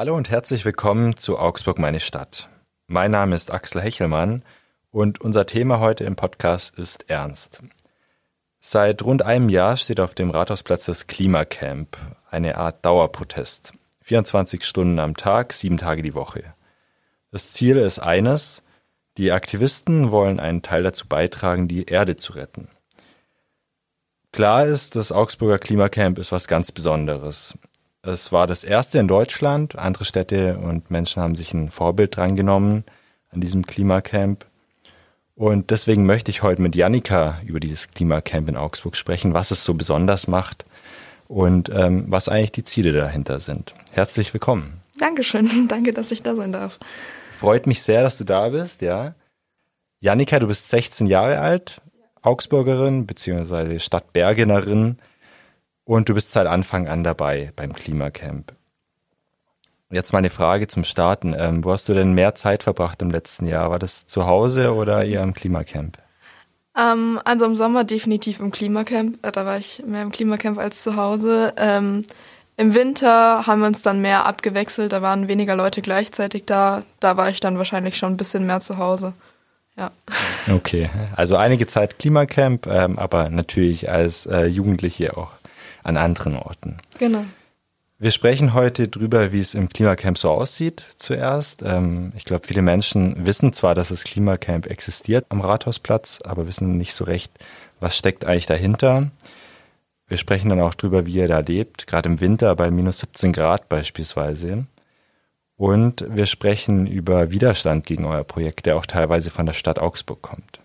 Hallo und herzlich willkommen zu Augsburg, meine Stadt. Mein Name ist Axel Hechelmann und unser Thema heute im Podcast ist Ernst. Seit rund einem Jahr steht auf dem Rathausplatz das Klimacamp, eine Art Dauerprotest. 24 Stunden am Tag, 7 Tage die Woche. Das Ziel ist eines: die Aktivisten wollen einen Teil dazu beitragen, die Erde zu retten. Klar ist, das Augsburger Klimacamp ist was ganz Besonderes. Es war das erste in Deutschland. Andere Städte und Menschen haben sich ein Vorbild dran genommen an diesem Klimacamp. Und deswegen möchte ich heute mit Jannika über dieses Klimacamp in Augsburg sprechen, was es so besonders macht und was eigentlich die Ziele dahinter sind. Herzlich willkommen. Dankeschön, danke, dass ich da sein darf. Freut mich sehr, dass du da bist, ja. Jannika, du bist 16 Jahre alt, Augsburgerin bzw. Stadtbergenerin. Und du bist seit Anfang an dabei beim Klimacamp. Jetzt meine Frage zum Starten. Wo hast du denn mehr Zeit verbracht im letzten Jahr? War das zu Hause oder eher im Klimacamp? Also im Sommer definitiv im Klimacamp. Da war ich mehr im Klimacamp als zu Hause. Im Winter haben wir uns dann mehr abgewechselt. Da waren weniger Leute gleichzeitig da. Da war ich dann wahrscheinlich schon ein bisschen mehr zu Hause. Ja. Okay, also einige Zeit Klimacamp, aber natürlich als Jugendliche auch an anderen Orten. Genau. Wir sprechen heute drüber, wie es im Klimacamp so aussieht zuerst. Ich glaube, viele Menschen wissen zwar, dass das Klimacamp existiert am Rathausplatz, aber wissen nicht so recht, was steckt eigentlich dahinter. Wir sprechen dann auch drüber, wie ihr da lebt, gerade im Winter bei minus 17 Grad beispielsweise. Und wir sprechen über Widerstand gegen euer Projekt, der auch teilweise von der Stadt Augsburg kommt.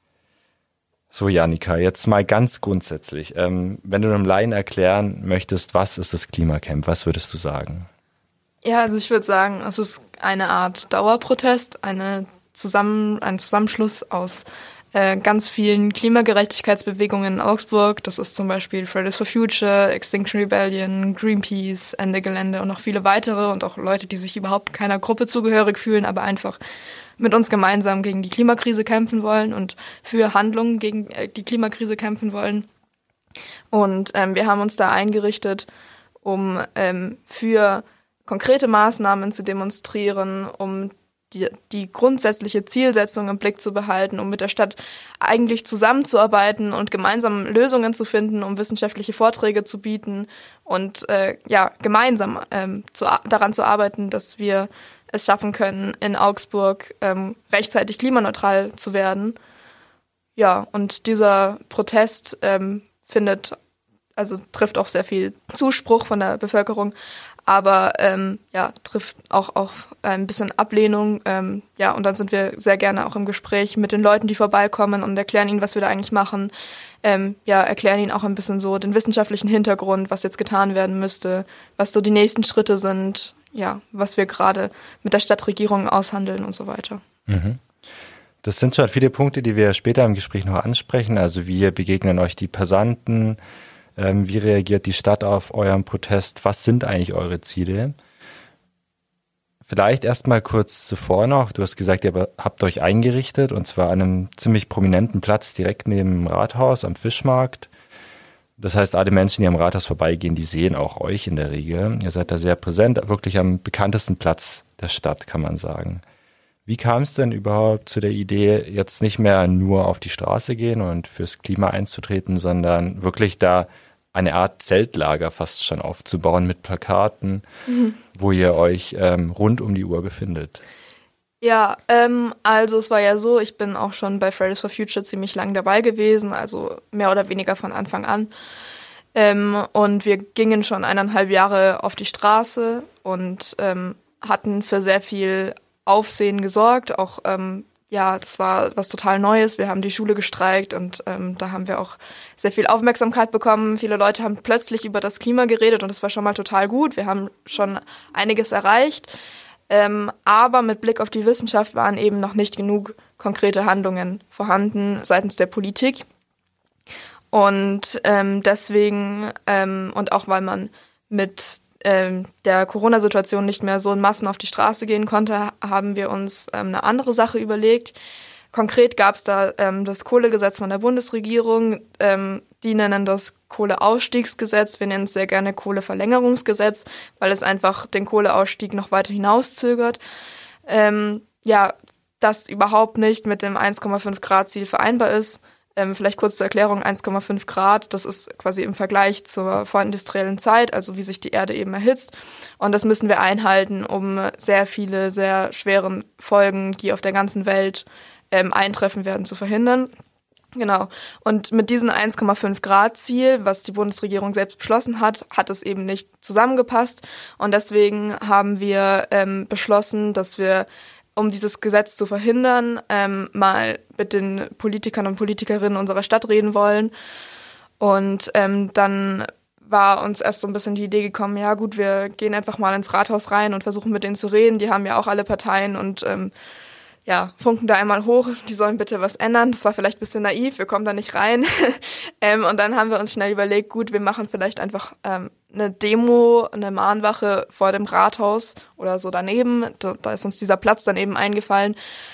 So, Jannika, jetzt mal ganz grundsätzlich. Wenn du einem Laien erklären möchtest, was ist das Klimacamp, was würdest du sagen? Ja, also ich würde sagen, es ist eine Art Dauerprotest, ein Zusammenschluss aus ganz vielen Klimagerechtigkeitsbewegungen in Augsburg. Das ist zum Beispiel Fridays for Future, Extinction Rebellion, Greenpeace, Ende Gelände und noch viele weitere und auch Leute, die sich überhaupt keiner Gruppe zugehörig fühlen, aber einfach mit uns gemeinsam gegen die Klimakrise kämpfen wollen und für Handlungen gegen die Klimakrise kämpfen wollen. Und wir haben uns da eingerichtet, um für konkrete Maßnahmen zu demonstrieren, um die grundsätzliche Zielsetzung im Blick zu behalten, um mit der Stadt eigentlich zusammenzuarbeiten und gemeinsam Lösungen zu finden, um wissenschaftliche Vorträge zu bieten und gemeinsam daran zu arbeiten, dass wir es schaffen können, in Augsburg rechtzeitig klimaneutral zu werden. Ja, und dieser Protest trifft auch sehr viel Zuspruch von der Bevölkerung, aber trifft auch auf ein bisschen Ablehnung. Und dann sind wir sehr gerne auch im Gespräch mit den Leuten, die vorbeikommen und erklären ihnen, was wir da eigentlich machen. Erklären ihnen auch ein bisschen so den wissenschaftlichen Hintergrund, was jetzt getan werden müsste, was so die nächsten Schritte sind, ja, was wir gerade mit der Stadtregierung aushandeln und so weiter. Mhm. Das sind schon viele Punkte, die wir später im Gespräch noch ansprechen. Also wie begegnen euch die Passanten? Wie reagiert die Stadt auf euren Protest? Was sind eigentlich eure Ziele? Vielleicht erstmal kurz zuvor noch. Du hast gesagt, ihr habt euch eingerichtet und zwar an einem ziemlich prominenten Platz direkt neben dem Rathaus am Fischmarkt. Das heißt, alle Menschen, die am Rathaus vorbeigehen, die sehen auch euch in der Regel. Ihr seid da sehr präsent, wirklich am bekanntesten Platz der Stadt, kann man sagen. Wie kam es denn überhaupt zu der Idee, jetzt nicht mehr nur auf die Straße gehen und fürs Klima einzutreten, sondern wirklich da eine Art Zeltlager fast schon aufzubauen mit Plakaten, wo ihr euch rund um die Uhr befindet? Ja, also es war ja so, ich bin auch schon bei Fridays for Future ziemlich lang dabei gewesen, also mehr oder weniger von Anfang an. Und wir gingen schon 1,5 Jahre auf die Straße und hatten für sehr viel Aufsehen gesorgt. Auch, das war was total Neues. Wir haben die Schule gestreikt und da haben wir auch sehr viel Aufmerksamkeit bekommen. Viele Leute haben plötzlich über das Klima geredet und das war schon mal total gut. Wir haben schon einiges erreicht. Aber mit Blick auf die Wissenschaft waren eben noch nicht genug konkrete Handlungen vorhanden seitens der Politik. Und deswegen, und auch weil man mit der Corona-Situation nicht mehr so in Massen auf die Straße gehen konnte, haben wir uns eine andere Sache überlegt. Konkret gab es da das Kohlegesetz von der Bundesregierung. Die nennen das Kohleausstiegsgesetz. Wir nennen es sehr gerne Kohleverlängerungsgesetz, weil es einfach den Kohleausstieg noch weiter hinauszögert. Das überhaupt nicht mit dem 1,5 Grad Ziel vereinbar ist. Vielleicht kurz zur Erklärung, 1,5 Grad, das ist quasi im Vergleich zur vorindustriellen Zeit, also wie sich die Erde eben erhitzt. Und das müssen wir einhalten, um sehr viele, sehr schweren Folgen, die auf der ganzen Welt eintreffen werden, zu verhindern. Genau. Und mit diesem 1,5 Grad Ziel, was die Bundesregierung selbst beschlossen hat, hat es eben nicht zusammengepasst. Und deswegen haben wir beschlossen, dass wir, um dieses Gesetz zu verhindern, mal mit den Politikern und Politikerinnen unserer Stadt reden wollen. Und dann war uns erst so ein bisschen die Idee gekommen, ja gut, wir gehen einfach mal ins Rathaus rein und versuchen mit denen zu reden. Die haben ja auch alle Parteien und funken da einmal hoch, die sollen bitte was ändern. Das war vielleicht ein bisschen naiv, wir kommen da nicht rein. Und dann haben wir uns schnell überlegt, gut, wir machen vielleicht einfach eine Demo, eine Mahnwache vor dem Rathaus oder so daneben. Da ist uns dieser Platz dann eben eingefallen.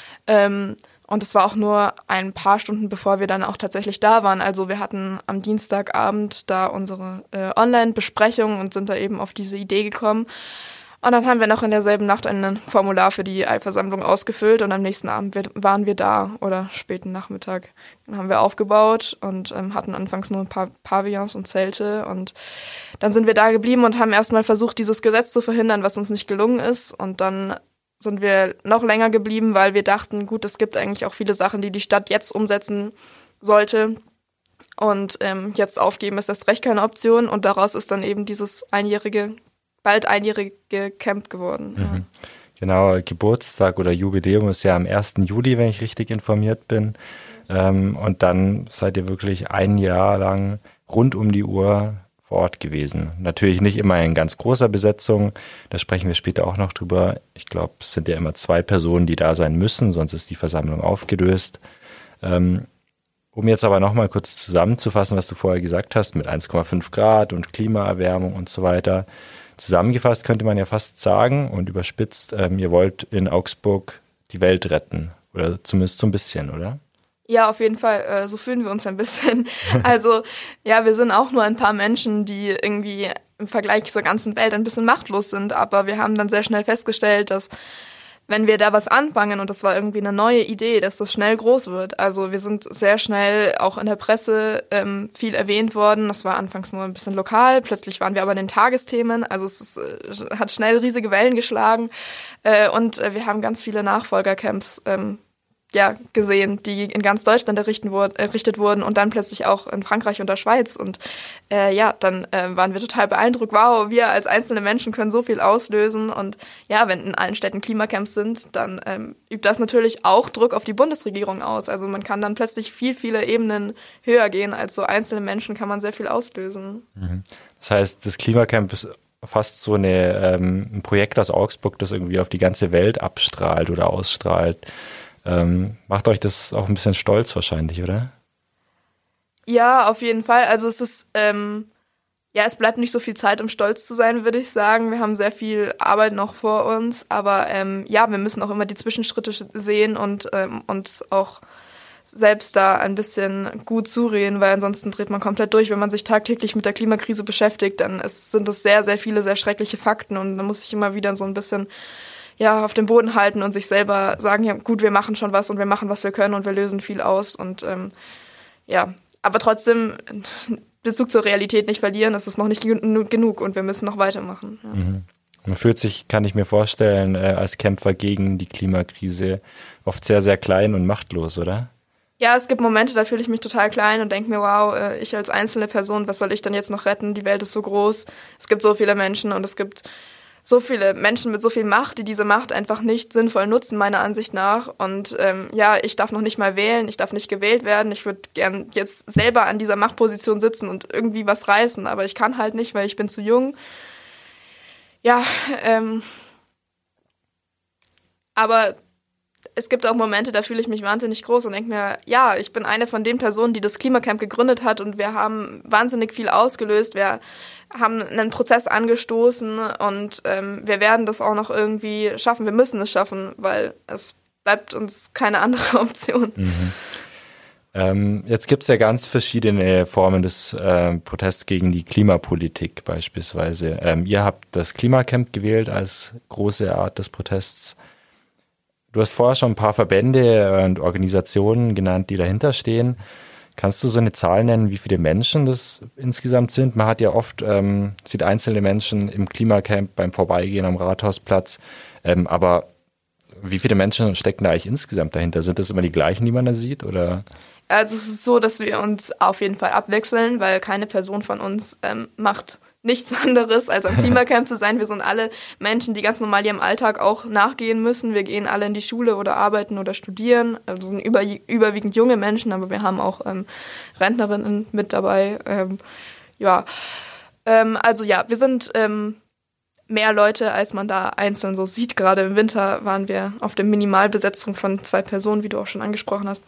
Und es war auch nur ein paar Stunden, bevor wir dann auch tatsächlich da waren. Also wir hatten am Dienstagabend da unsere Online-Besprechung und sind da eben auf diese Idee gekommen. Und dann haben wir noch in derselben Nacht ein Formular für die Eilversammlung ausgefüllt und am nächsten Abend waren wir da oder späten Nachmittag. Dann haben wir aufgebaut und hatten anfangs nur ein paar Pavillons und Zelte und dann sind wir da geblieben und haben erstmal versucht, dieses Gesetz zu verhindern, was uns nicht gelungen ist. Und dann sind wir noch länger geblieben, weil wir dachten, gut, es gibt eigentlich auch viele Sachen, die die Stadt jetzt umsetzen sollte. Und jetzt aufgeben ist erst recht keine Option und daraus ist dann eben dieses bald einjährige Camp geworden. Ja. Genau, Geburtstag oder Jubiläum ist ja am 1. Juli, wenn ich richtig informiert bin. Und dann seid ihr wirklich ein Jahr lang rund um die Uhr vor Ort gewesen. Natürlich nicht immer in ganz großer Besetzung, da sprechen wir später auch noch drüber. Ich glaube, es sind ja immer 2 Personen, die da sein müssen, sonst ist die Versammlung aufgelöst. Um jetzt aber nochmal kurz zusammenzufassen, was du vorher gesagt hast, mit 1,5 Grad und Klimaerwärmung und so weiter. Zusammengefasst könnte man ja fast sagen und überspitzt, ihr wollt in Augsburg die Welt retten oder zumindest so ein bisschen, oder? Ja, auf jeden Fall, so fühlen wir uns ein bisschen. Also ja, wir sind auch nur ein paar Menschen, die irgendwie im Vergleich zur ganzen Welt ein bisschen machtlos sind, aber wir haben dann sehr schnell festgestellt, dass wenn wir da was anfangen, und das war irgendwie eine neue Idee, dass das schnell groß wird. Also wir sind sehr schnell auch in der Presse viel erwähnt worden. Das war anfangs nur ein bisschen lokal, plötzlich waren wir aber in den Tagesthemen. Also es hat schnell riesige Wellen geschlagen und wir haben ganz viele Nachfolgercamps gesehen, die in ganz Deutschland errichtet wurden und dann plötzlich auch in Frankreich und der Schweiz. Und dann waren wir total beeindruckt. Wow, wir als einzelne Menschen können so viel auslösen. Und ja, wenn in allen Städten Klimacamps sind, dann übt das natürlich auch Druck auf die Bundesregierung aus. Also man kann dann plötzlich viele Ebenen höher gehen. Als so einzelne Menschen kann man sehr viel auslösen. Das heißt, das Klimacamp ist fast so ein Projekt aus Augsburg, das irgendwie auf die ganze Welt abstrahlt oder ausstrahlt. Macht euch das auch ein bisschen stolz wahrscheinlich, oder? Ja, auf jeden Fall. Also es ist, es bleibt nicht so viel Zeit, um stolz zu sein, würde ich sagen. Wir haben sehr viel Arbeit noch vor uns, aber wir müssen auch immer die Zwischenschritte sehen und uns auch selbst da ein bisschen gut zureden, weil ansonsten dreht man komplett durch. Wenn man sich tagtäglich mit der Klimakrise beschäftigt, dann sind das sehr, sehr viele, sehr schreckliche Fakten und dann muss ich immer wieder so ein bisschen auf den Boden halten und sich selber sagen, ja gut, wir machen schon was und wir machen, was wir können und wir lösen viel aus und aber trotzdem Bezug zur Realität nicht verlieren, es ist noch nicht genug und wir müssen noch weitermachen. Ja. Man fühlt sich, kann ich mir vorstellen, als Kämpfer gegen die Klimakrise oft sehr, sehr klein und machtlos, oder? Ja, es gibt Momente, da fühle ich mich total klein und denke mir, wow, ich als einzelne Person, was soll ich denn jetzt noch retten? Die Welt ist so groß, es gibt so viele Menschen und es gibt so viele Menschen mit so viel Macht, die diese Macht einfach nicht sinnvoll nutzen, meiner Ansicht nach. Und ich darf noch nicht mal wählen, ich darf nicht gewählt werden. Ich würde gern jetzt selber an dieser Machtposition sitzen und irgendwie was reißen, aber ich kann halt nicht, weil ich bin zu jung. Aber es gibt auch Momente, da fühle ich mich wahnsinnig groß und denke mir, ja, ich bin eine von den Personen, die das Klimacamp gegründet hat und wir haben wahnsinnig viel ausgelöst. Wir haben einen Prozess angestoßen und wir werden das auch noch irgendwie schaffen. Wir müssen es schaffen, weil es bleibt uns keine andere Option. Jetzt gibt es ja ganz verschiedene Formen des Protests gegen die Klimapolitik beispielsweise. Ihr habt das Klimacamp gewählt als große Art des Protests. Du hast vorher schon ein paar Verbände und Organisationen genannt, die dahinter stehen. Kannst du so eine Zahl nennen, wie viele Menschen das insgesamt sind? Man hat ja oft, sieht einzelne Menschen im Klimacamp beim Vorbeigehen am Rathausplatz, aber wie viele Menschen stecken da eigentlich insgesamt dahinter? Sind das immer die gleichen, die man da sieht, oder? Also es ist so, dass wir uns auf jeden Fall abwechseln, weil keine Person von uns macht nichts anderes, als am Klimacamp zu sein. Wir sind alle Menschen, die ganz normal ihrem Alltag auch nachgehen müssen. Wir gehen alle in die Schule oder arbeiten oder studieren. Wir sind überwiegend junge Menschen, aber wir haben auch Rentnerinnen mit dabei. Wir sind mehr Leute, als man da einzeln so sieht. Gerade im Winter waren wir auf der Minimalbesetzung von 2 Personen, wie du auch schon angesprochen hast.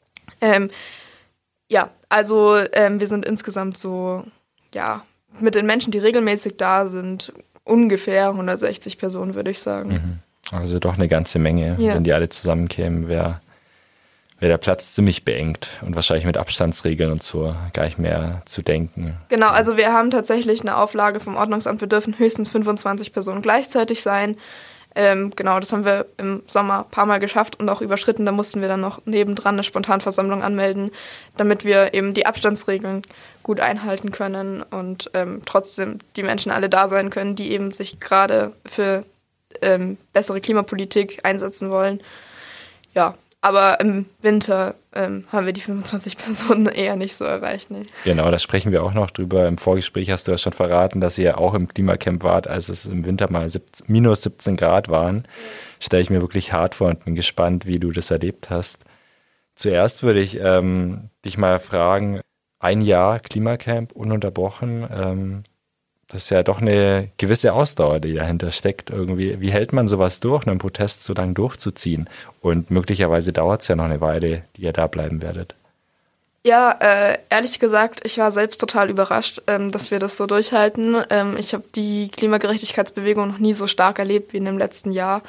Wir sind insgesamt so, mit den Menschen, die regelmäßig da sind, ungefähr 160 Personen, würde ich sagen. Also doch eine ganze Menge. Ja. Wenn die alle zusammenkämen, wäre der Platz ziemlich beengt und wahrscheinlich mit Abstandsregeln und so gar nicht mehr zu denken. Genau, also wir haben tatsächlich eine Auflage vom Ordnungsamt, wir dürfen höchstens 25 Personen gleichzeitig sein. Das haben wir im Sommer ein paar Mal geschafft und auch überschritten. Da mussten wir dann noch nebendran eine Spontanversammlung anmelden, damit wir eben die Abstandsregeln gut einhalten können und trotzdem die Menschen alle da sein können, die eben sich gerade für bessere Klimapolitik einsetzen wollen. Ja, aber im Winter haben wir die 25 Personen eher nicht so erreicht. Nee. Genau, da sprechen wir auch noch drüber. Im Vorgespräch hast du ja schon verraten, dass ihr auch im Klimacamp wart, als es im Winter mal minus 17 Grad waren. Stelle ich mir wirklich hart vor und bin gespannt, wie du das erlebt hast. Zuerst würde ich dich mal fragen, 1 Jahr Klimacamp ununterbrochen, das ist ja doch eine gewisse Ausdauer, die dahinter steckt irgendwie. Wie hält man sowas durch, einen Protest so lange durchzuziehen? Und möglicherweise dauert es ja noch eine Weile, die ihr da bleiben werdet. Ja, ehrlich gesagt, ich war selbst total überrascht, dass wir das so durchhalten. Ich habe die Klimagerechtigkeitsbewegung noch nie so stark erlebt wie in dem letzten Jahr.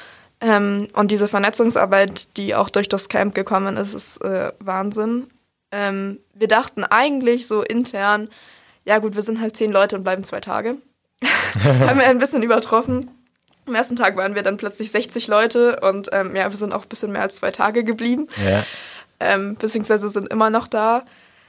Und diese Vernetzungsarbeit, die auch durch das Camp gekommen ist, ist Wahnsinn. Wir dachten eigentlich so intern, ja gut, wir sind halt 10 Leute und bleiben 2 Tage. Haben wir ein bisschen übertroffen. Am ersten Tag waren wir dann plötzlich 60 Leute und wir sind auch ein bisschen mehr als 2 Tage geblieben. Ja. Beziehungsweise sind immer noch da.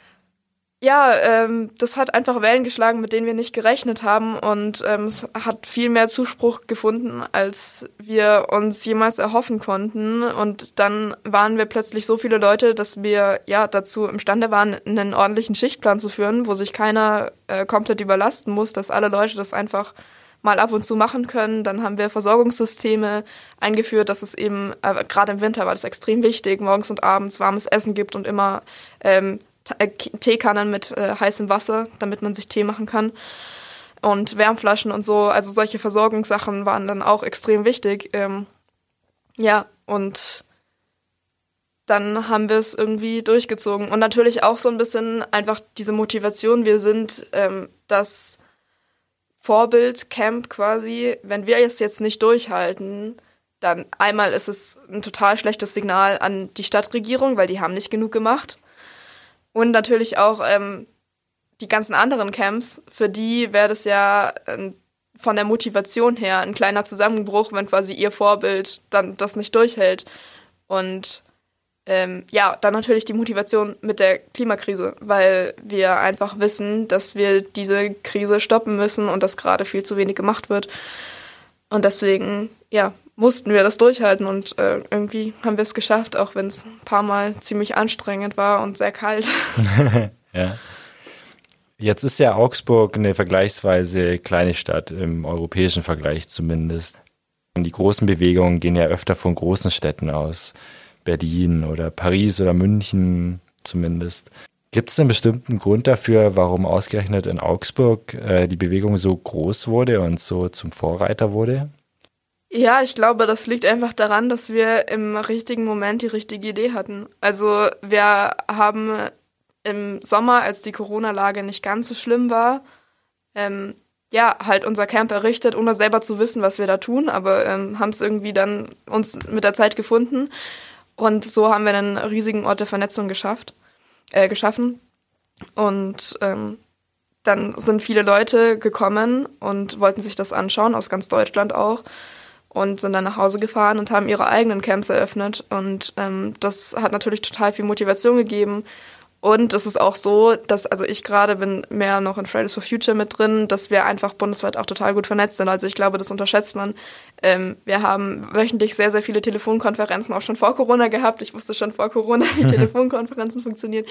Ja, das hat einfach Wellen geschlagen, mit denen wir nicht gerechnet haben und es hat viel mehr Zuspruch gefunden, als wir uns jemals erhoffen konnten. Und dann waren wir plötzlich so viele Leute, dass wir dazu imstande waren, einen ordentlichen Schichtplan zu führen, wo sich keiner komplett überlasten muss, dass alle Leute das einfach mal ab und zu machen können. Dann haben wir Versorgungssysteme eingeführt, dass es eben, gerade im Winter war das extrem wichtig, morgens und abends warmes Essen gibt und immer Teekannen mit heißem Wasser, damit man sich Tee machen kann und Wärmflaschen und so. Also solche Versorgungssachen waren dann auch extrem wichtig. Und dann haben wir es irgendwie durchgezogen. Und natürlich auch so ein bisschen einfach diese Motivation. Wir sind das Vorbild-Camp quasi. Wenn wir es jetzt nicht durchhalten, dann einmal ist es ein total schlechtes Signal an die Stadtregierung, weil die haben nicht genug gemacht. Und natürlich auch die ganzen anderen Camps, für die wäre das ja von der Motivation her ein kleiner Zusammenbruch, wenn quasi ihr Vorbild dann das nicht durchhält. Und dann natürlich die Motivation mit der Klimakrise, weil wir einfach wissen, dass wir diese Krise stoppen müssen und dass gerade viel zu wenig gemacht wird. Und deswegen, mussten wir das durchhalten und irgendwie haben wir es geschafft, auch wenn es ein paar Mal ziemlich anstrengend war und sehr kalt. Ja. Jetzt ist ja Augsburg eine vergleichsweise kleine Stadt, im europäischen Vergleich zumindest. Und die großen Bewegungen gehen ja öfter von großen Städten aus, Berlin oder Paris oder München zumindest. Gibt es einen bestimmten Grund dafür, warum ausgerechnet in Augsburg die Bewegung so groß wurde und so zum Vorreiter wurde? Ja, ich glaube, das liegt einfach daran, dass wir im richtigen Moment die richtige Idee hatten. Also wir haben im Sommer, als die Corona-Lage nicht ganz so schlimm war, halt unser Camp errichtet, ohne selber zu wissen, was wir da tun, aber haben es irgendwie dann uns mit der Zeit gefunden. Und so haben wir einen riesigen Ort der Vernetzung geschaffen. Und dann sind viele Leute gekommen und wollten sich das anschauen, aus ganz Deutschland auch. Und sind dann nach Hause gefahren und haben ihre eigenen Camps eröffnet. Und das hat natürlich total viel Motivation gegeben. Und es ist auch so, dass, also ich gerade bin mehr noch in Fridays for Future mit drin, dass wir einfach bundesweit auch total gut vernetzt sind. Also ich glaube, das unterschätzt man. Wir haben wöchentlich sehr, sehr viele Telefonkonferenzen auch schon vor Corona gehabt. Ich wusste schon vor Corona, wie Telefonkonferenzen funktionieren.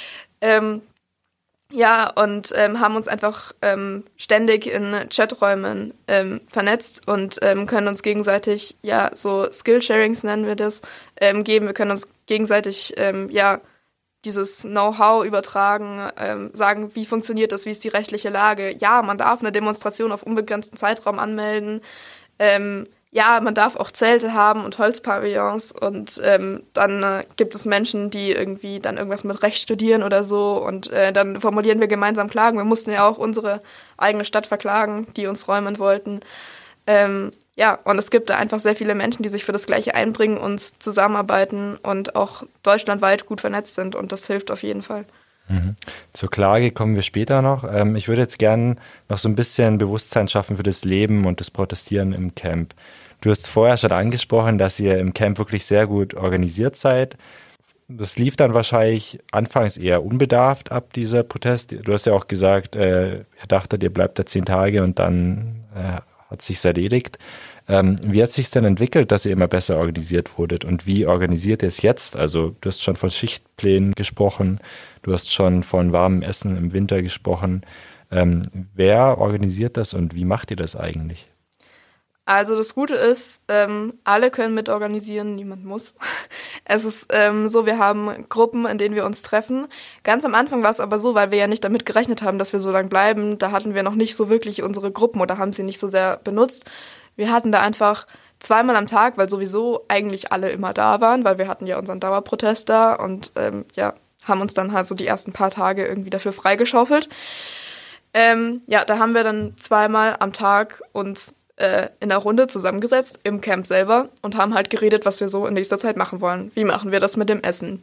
Und haben uns einfach ständig in Chaträumen vernetzt und können uns gegenseitig, so Skillsharings nennen wir das, geben. Wir können uns gegenseitig, dieses Know-how übertragen, sagen, wie funktioniert das, wie ist die rechtliche Lage. Ja, man darf eine Demonstration auf unbegrenzten Zeitraum anmelden. Man darf auch Zelte haben und Holzpavillons und dann gibt es Menschen, die irgendwie dann irgendwas mit Recht studieren oder so und dann formulieren wir gemeinsam Klagen. Wir mussten ja auch unsere eigene Stadt verklagen, die uns räumen wollten. Und es gibt da einfach sehr viele Menschen, die sich für das Gleiche einbringen und zusammenarbeiten und auch deutschlandweit gut vernetzt sind und das hilft auf jeden Fall. Zur Klage kommen wir später noch. Ich würde jetzt gerne noch so ein bisschen Bewusstsein schaffen für das Leben und das Protestieren im Camp. Du hast vorher schon angesprochen, dass ihr im Camp wirklich sehr gut organisiert seid. Das lief dann wahrscheinlich anfangs eher unbedarft ab, dieser Protest. Du hast ja auch gesagt, ihr dachtet, ihr bleibt da 10 Tage und dann hat sich's erledigt. Wie hat sich's denn entwickelt, dass ihr immer besser organisiert wurdet und wie organisiert ihr es jetzt? Also du hast schon von Schichtplänen gesprochen, du hast schon von warmem Essen im Winter gesprochen. Wer organisiert das und wie macht ihr das eigentlich? Also das Gute ist, alle können mitorganisieren, niemand muss. Es ist so, wir haben Gruppen, in denen wir uns treffen. Ganz am Anfang war es aber so, weil wir ja nicht damit gerechnet haben, dass wir so lange bleiben, da hatten wir noch nicht so wirklich unsere Gruppen oder haben sie nicht so sehr benutzt. Wir hatten da einfach 2-mal am Tag, weil sowieso eigentlich alle immer da waren, weil wir hatten ja unseren Dauerprotest da und haben uns dann halt so die ersten paar Tage irgendwie dafür freigeschaufelt. Da haben wir dann 2-mal am Tag uns in der Runde zusammengesetzt im Camp selber und haben halt geredet, was wir so in nächster Zeit machen wollen. Wie machen wir das mit dem Essen?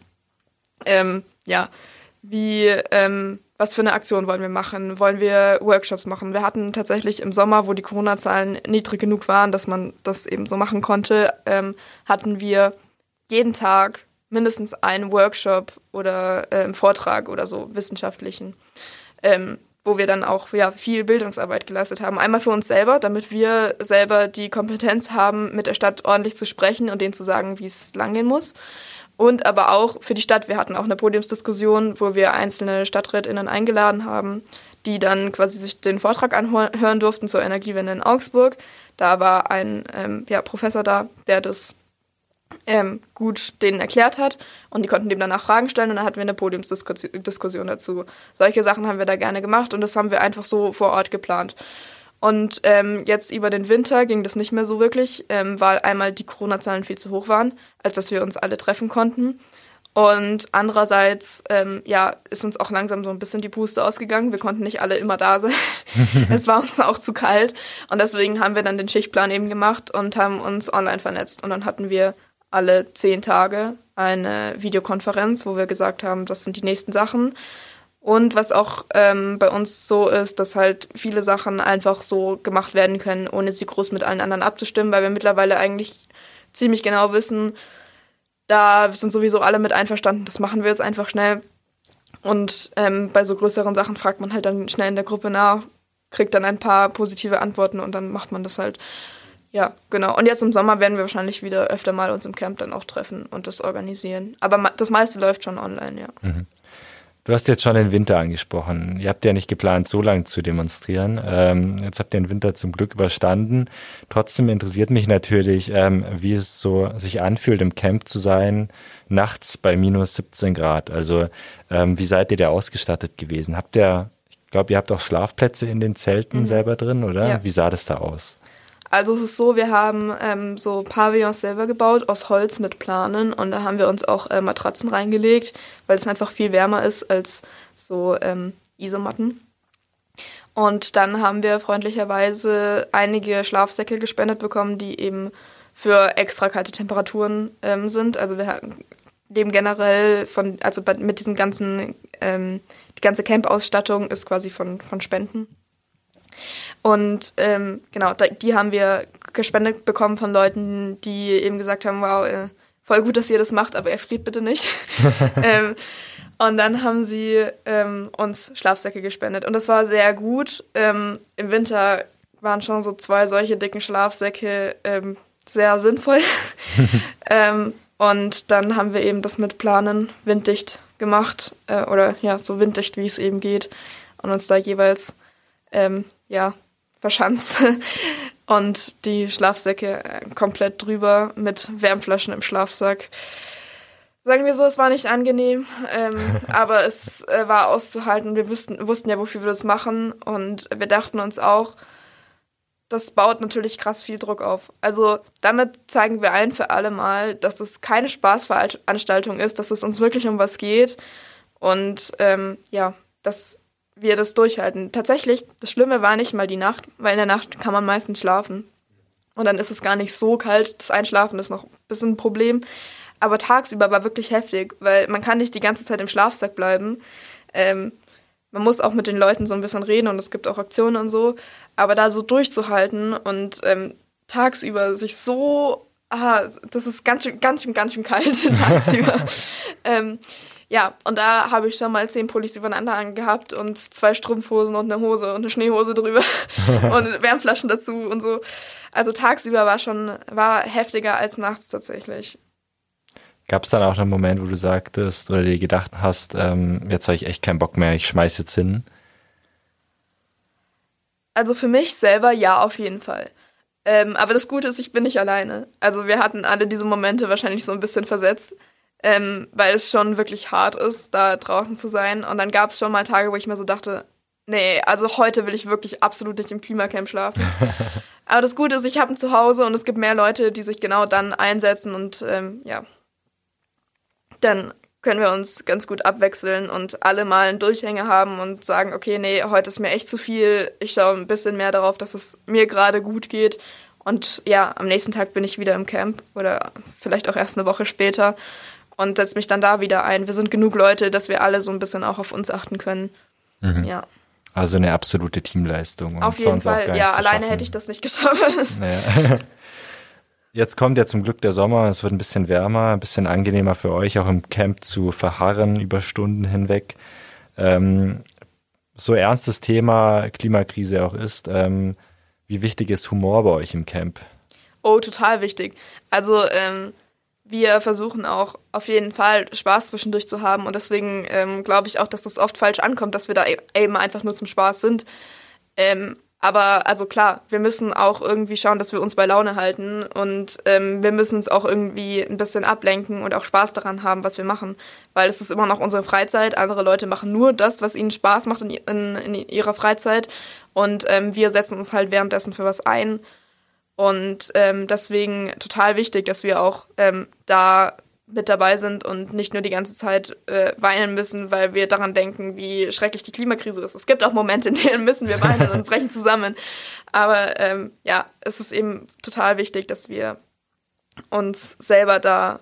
Was für eine Aktion wollen wir machen? Wollen wir Workshops machen? Wir hatten tatsächlich im Sommer, wo die Corona-Zahlen niedrig genug waren, dass man das eben so machen konnte, hatten wir jeden Tag mindestens einen Workshop oder Vortrag oder so wissenschaftlichen, wo wir dann auch viel Bildungsarbeit geleistet haben. Einmal für uns selber, damit wir selber die Kompetenz haben, mit der Stadt ordentlich zu sprechen und denen zu sagen, wie es langgehen muss. Und aber auch für die Stadt. Wir hatten auch eine Podiumsdiskussion, wo wir einzelne StadträtInnen eingeladen haben, die dann quasi sich den Vortrag anhören durften zur Energiewende in Augsburg. Da war ein Professor da, der das gut denen erklärt hat und die konnten dem danach Fragen stellen und dann hatten wir eine Podiumsdiskussion dazu. Solche Sachen haben wir da gerne gemacht und das haben wir einfach so vor Ort geplant. Und jetzt über den Winter ging das nicht mehr so wirklich, weil einmal die Corona-Zahlen viel zu hoch waren, als dass wir uns alle treffen konnten. Und andererseits ist uns auch langsam so ein bisschen die Puste ausgegangen. Wir konnten nicht alle immer da sein. Es war uns auch zu kalt. Und deswegen haben wir dann den Schichtplan eben gemacht und haben uns online vernetzt. Und dann hatten wir alle 10 Tage eine Videokonferenz, wo wir gesagt haben, das sind die nächsten Sachen. Und was auch bei uns so ist, dass halt viele Sachen einfach so gemacht werden können, ohne sie groß mit allen anderen abzustimmen, weil wir mittlerweile eigentlich ziemlich genau wissen, da sind sowieso alle mit einverstanden, das machen wir jetzt einfach schnell. Und bei so größeren Sachen fragt man halt dann schnell in der Gruppe nach, kriegt dann ein paar positive Antworten und dann macht man das halt. Ja, genau. Und jetzt im Sommer werden wir wahrscheinlich wieder öfter mal uns im Camp dann auch treffen und das organisieren. Aber das meiste läuft schon online, ja. Mhm. Du hast jetzt schon den Winter angesprochen. Ihr habt ja nicht geplant, so lange zu demonstrieren. Jetzt habt ihr den Winter zum Glück überstanden. Trotzdem interessiert mich natürlich, wie es so sich anfühlt, im Camp zu sein, nachts bei minus 17 Grad. Also wie seid ihr da ausgestattet gewesen? Ich glaube, ihr habt auch Schlafplätze in den Zelten selber drin, oder? Ja. Wie sah das da aus? Also es ist so, wir haben so Pavillons selber gebaut, aus Holz mit Planen und da haben wir uns auch Matratzen reingelegt, weil es einfach viel wärmer ist als so Isomatten. Und dann haben wir freundlicherweise einige Schlafsäcke gespendet bekommen, die eben für extra kalte Temperaturen sind. Also wir leben generell mit diesen ganzen, die ganze Camp-Ausstattung ist quasi von Spenden. Und genau, die haben wir gespendet bekommen von Leuten, die eben gesagt haben, wow, voll gut, dass ihr das macht, aber erfriert bitte nicht. Und dann haben sie uns Schlafsäcke gespendet. Und das war sehr gut. Im Winter waren schon so 2 solche dicken Schlafsäcke sehr sinnvoll. Und dann haben wir eben das mit Planen winddicht gemacht. Oder ja, so winddicht, wie es eben geht. Und uns da jeweils verschanzt. Und die Schlafsäcke komplett drüber mit Wärmflaschen im Schlafsack. Sagen wir so, es war nicht angenehm, aber es war auszuhalten. Wir wussten ja, wofür wir das machen. Und wir dachten uns auch, das baut natürlich krass viel Druck auf. Also damit zeigen wir ein für alle Mal, dass es keine Spaßveranstaltung ist, dass es uns wirklich um was geht. Und dass wir das durchhalten. Tatsächlich, das Schlimme war nicht mal die Nacht, weil in der Nacht kann man meistens schlafen. Und dann ist es gar nicht so kalt. Das Einschlafen ist noch ein bisschen ein Problem. Aber tagsüber war wirklich heftig, weil man kann nicht die ganze Zeit im Schlafsack bleiben. Man muss auch mit den Leuten so ein bisschen reden und es gibt auch Aktionen und so. Aber da so durchzuhalten und tagsüber sich so... das ist ganz schön kalt tagsüber. Ja, und da habe ich schon mal 10 Pullis übereinander angehabt und 2 Strumpfhosen und eine Hose und eine Schneehose drüber und Wärmflaschen dazu und so. Also tagsüber war heftiger als nachts tatsächlich. Gab es dann auch einen Moment, wo du sagtest oder dir gedacht hast, jetzt habe ich echt keinen Bock mehr, ich schmeiß jetzt hin? Also für mich selber ja, auf jeden Fall. Aber das Gute ist, ich bin nicht alleine. Also wir hatten alle diese Momente wahrscheinlich so ein bisschen versetzt. Weil es schon wirklich hart ist, da draußen zu sein. Und dann gab es schon mal Tage, wo ich mir so dachte, nee, also heute will ich wirklich absolut nicht im Klimacamp schlafen. Aber das Gute ist, ich habe ein Zuhause und es gibt mehr Leute, die sich genau dann einsetzen und dann können wir uns ganz gut abwechseln und alle mal einen Durchhänger haben und sagen, okay, nee, heute ist mir echt zu viel. Ich schaue ein bisschen mehr darauf, dass es mir gerade gut geht. Und ja, am nächsten Tag bin ich wieder im Camp oder vielleicht auch erst eine Woche später. Und setze mich dann da wieder ein. Wir sind genug Leute, dass wir alle so ein bisschen auch auf uns achten können. Mhm. Ja. Also eine absolute Teamleistung. Und auf jeden Fall, ja, alleine hätte ich das nicht geschafft. Naja. Jetzt kommt ja zum Glück der Sommer, es wird ein bisschen wärmer, ein bisschen angenehmer für euch, auch im Camp zu verharren über Stunden hinweg. So ernst das Thema Klimakrise auch ist, wie wichtig ist Humor bei euch im Camp? Oh, total wichtig. Also wir versuchen auch auf jeden Fall Spaß zwischendurch zu haben und deswegen glaube ich auch, dass das oft falsch ankommt, dass wir da eben einfach nur zum Spaß sind. Aber also klar, wir müssen auch irgendwie schauen, dass wir uns bei Laune halten und wir müssen uns auch irgendwie ein bisschen ablenken und auch Spaß daran haben, was wir machen, weil es ist immer noch unsere Freizeit. Andere Leute machen nur das, was ihnen Spaß macht in ihrer Freizeit und wir setzen uns halt währenddessen für was ein. Und deswegen total wichtig, dass wir auch da mit dabei sind und nicht nur die ganze Zeit weinen müssen, weil wir daran denken, wie schrecklich die Klimakrise ist. Es gibt auch Momente, in denen müssen wir weinen und brechen zusammen. Aber es ist eben total wichtig, dass wir uns selber da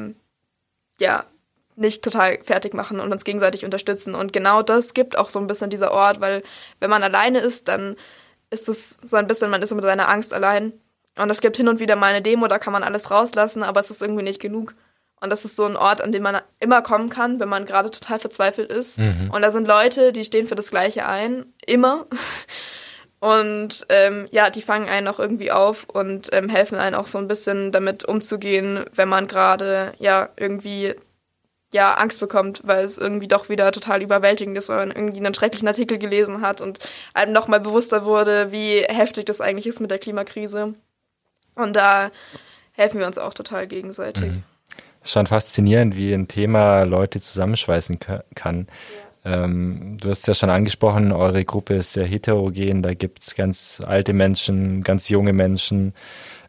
nicht total fertig machen und uns gegenseitig unterstützen. Und genau das gibt auch so ein bisschen dieser Ort, weil wenn man alleine ist, dann ist es so ein bisschen, man ist mit seiner Angst allein. Und es gibt hin und wieder mal eine Demo, da kann man alles rauslassen, aber es ist irgendwie nicht genug. Und das ist so ein Ort, an den man immer kommen kann, wenn man gerade total verzweifelt ist. Mhm. Und da sind Leute, die stehen für das Gleiche ein, immer. Und die fangen einen auch irgendwie auf und helfen einen auch so ein bisschen damit umzugehen, wenn man gerade irgendwie Angst bekommt, weil es irgendwie doch wieder total überwältigend ist, weil man irgendwie einen schrecklichen Artikel gelesen hat und einem nochmal bewusster wurde, wie heftig das eigentlich ist mit der Klimakrise. Und da helfen wir uns auch total gegenseitig. Mhm. Es ist schon faszinierend, wie ein Thema Leute zusammenschweißen kann. Ja. Du hast ja schon angesprochen, eure Gruppe ist sehr heterogen, da gibt es ganz alte Menschen, ganz junge Menschen,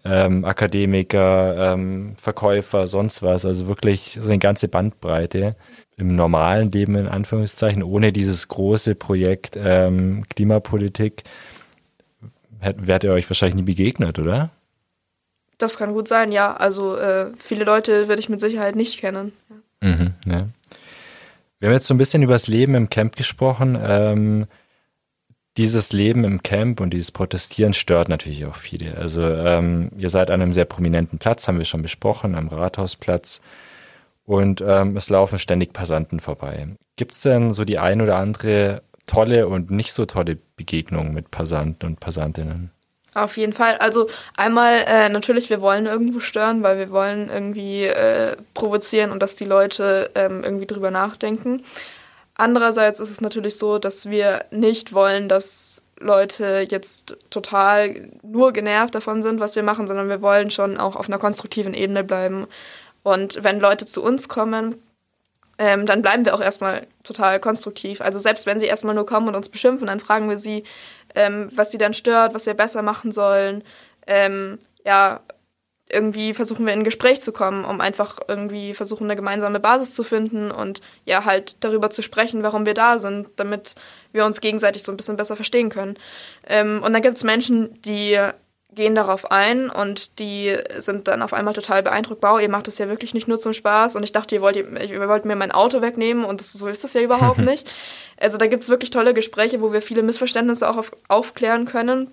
Akademiker, Verkäufer, sonst was. Also wirklich so eine ganze Bandbreite im normalen Leben in Anführungszeichen, ohne dieses große Projekt Klimapolitik, wärt ihr euch wahrscheinlich nie begegnet, oder? Das kann gut sein, ja. Also viele Leute würde ich mit Sicherheit nicht kennen. Ja. Ja. Wir haben jetzt so ein bisschen über das Leben im Camp gesprochen. Dieses Leben im Camp und dieses Protestieren stört natürlich auch viele. Also ihr seid an einem sehr prominenten Platz, haben wir schon besprochen, am Rathausplatz. Und es laufen ständig Passanten vorbei. Gibt es denn so die ein oder andere tolle und nicht so tolle Begegnung mit Passanten und Passantinnen? Auf jeden Fall. Also einmal natürlich, wir wollen irgendwo stören, weil wir wollen irgendwie provozieren und dass die Leute irgendwie drüber nachdenken. Andererseits ist es natürlich so, dass wir nicht wollen, dass Leute jetzt total nur genervt davon sind, was wir machen, sondern wir wollen schon auch auf einer konstruktiven Ebene bleiben. Und wenn Leute zu uns kommen, dann bleiben wir auch erstmal total konstruktiv. Also selbst wenn sie erstmal nur kommen und uns beschimpfen, dann fragen wir sie, was sie dann stört, was wir besser machen sollen. Irgendwie versuchen wir in ein Gespräch zu kommen, um einfach irgendwie versuchen, eine gemeinsame Basis zu finden und ja, halt darüber zu sprechen, warum wir da sind, damit wir uns gegenseitig so ein bisschen besser verstehen können. Und dann gibt es Menschen, die gehen darauf ein und die sind dann auf einmal total beeindruckt. Wow, ihr macht das ja wirklich nicht nur zum Spaß und ich dachte, ihr wollt mir mein Auto wegnehmen und so ist das ja überhaupt nicht. Also da gibt es wirklich tolle Gespräche, wo wir viele Missverständnisse auch aufklären können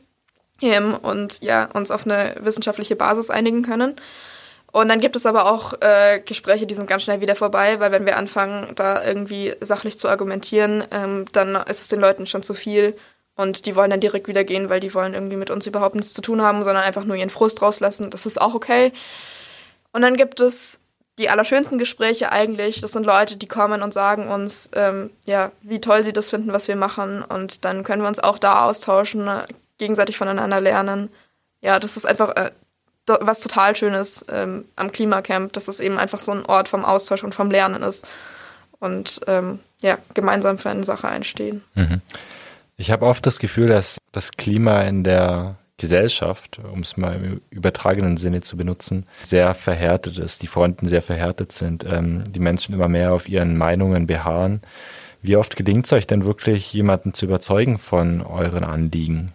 und ja, uns auf eine wissenschaftliche Basis einigen können. Und dann gibt es aber auch Gespräche, die sind ganz schnell wieder vorbei, weil wenn wir anfangen, da irgendwie sachlich zu argumentieren, dann ist es den Leuten schon zu viel. Und die wollen dann direkt wieder gehen, weil die wollen irgendwie mit uns überhaupt nichts zu tun haben, sondern einfach nur ihren Frust rauslassen. Das ist auch okay. Und dann gibt es die allerschönsten Gespräche eigentlich. Das sind Leute, die kommen und sagen uns, wie toll sie das finden, was wir machen. Und dann können wir uns auch da austauschen, gegenseitig voneinander lernen. Ja, das ist einfach was total Schönes am Klimacamp, dass es eben einfach so ein Ort vom Austausch und vom Lernen ist. Und gemeinsam für eine Sache einstehen. Mhm. Ich habe oft das Gefühl, dass das Klima in der Gesellschaft, um es mal im übertragenen Sinne zu benutzen, sehr verhärtet ist, die Fronten sehr verhärtet sind, die Menschen immer mehr auf ihren Meinungen beharren. Wie oft gelingt es euch denn wirklich, jemanden zu überzeugen von euren Anliegen?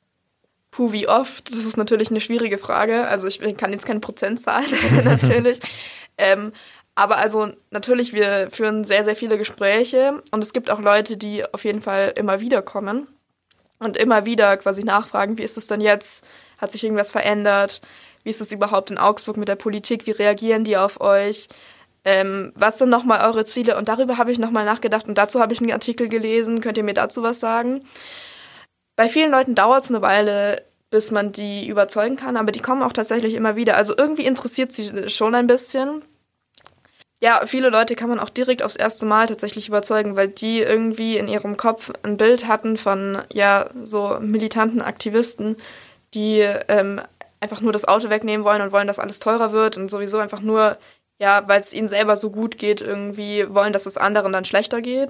Wie oft? Das ist natürlich eine schwierige Frage. Also ich kann jetzt keine Prozentzahl natürlich. Aber also natürlich, wir führen sehr, sehr viele Gespräche und es gibt auch Leute, die auf jeden Fall immer wieder kommen und immer wieder quasi nachfragen, wie ist es denn jetzt? Hat sich irgendwas verändert? Wie ist es überhaupt in Augsburg mit der Politik? Wie reagieren die auf euch? Was sind nochmal eure Ziele? Und darüber habe ich nochmal nachgedacht und dazu habe ich einen Artikel gelesen. Könnt ihr mir dazu was sagen? Bei vielen Leuten dauert es eine Weile, bis man die überzeugen kann, aber die kommen auch tatsächlich immer wieder. Also irgendwie interessiert sie schon ein bisschen. Ja, viele Leute kann man auch direkt aufs erste Mal tatsächlich überzeugen, weil die irgendwie in ihrem Kopf ein Bild hatten von, so militanten Aktivisten, die einfach nur das Auto wegnehmen wollen und wollen, dass alles teurer wird und sowieso einfach nur, weil es ihnen selber so gut geht, irgendwie wollen, dass es anderen dann schlechter geht.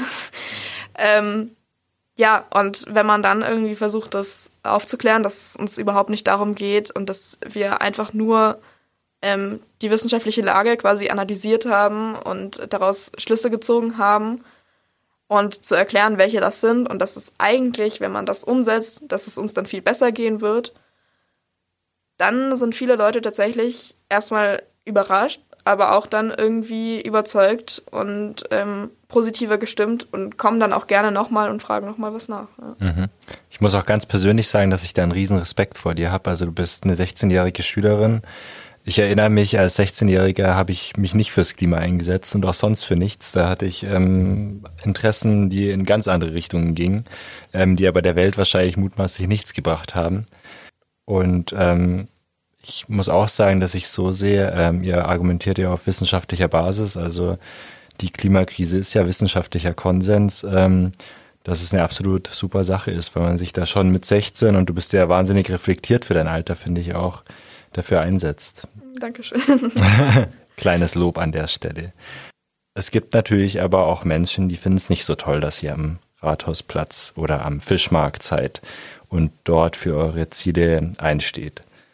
Und wenn man dann irgendwie versucht, das aufzuklären, dass es uns überhaupt nicht darum geht und dass wir einfach nur die wissenschaftliche Lage quasi analysiert haben und daraus Schlüsse gezogen haben und zu erklären, welche das sind und dass es eigentlich, wenn man das umsetzt, dass es uns dann viel besser gehen wird, dann sind viele Leute tatsächlich erstmal überrascht, aber auch dann irgendwie überzeugt und positiver gestimmt und kommen dann auch gerne nochmal und fragen nochmal was nach. Ja. Mhm. Ich muss auch ganz persönlich sagen, dass ich da einen riesen Respekt vor dir habe. Also du bist eine 16-jährige Schülerin. Ich erinnere mich, als 16-Jähriger habe ich mich nicht fürs Klima eingesetzt und auch sonst für nichts. Da hatte ich Interessen, die in ganz andere Richtungen gingen, die aber der Welt wahrscheinlich mutmaßlich nichts gebracht haben. Und ich muss auch sagen, dass ich so sehe, ihr argumentiert ja auf wissenschaftlicher Basis, also die Klimakrise ist ja wissenschaftlicher Konsens, dass es eine absolut super Sache ist, weil man sich da schon mit 16 und du bist ja wahnsinnig reflektiert für dein Alter, finde ich auch, dafür einsetzt. Dankeschön. Kleines Lob an der Stelle. Es gibt natürlich aber auch Menschen, die finden es nicht so toll, dass ihr am Rathausplatz oder am Fischmarkt seid und dort für eure Ziele einsteht.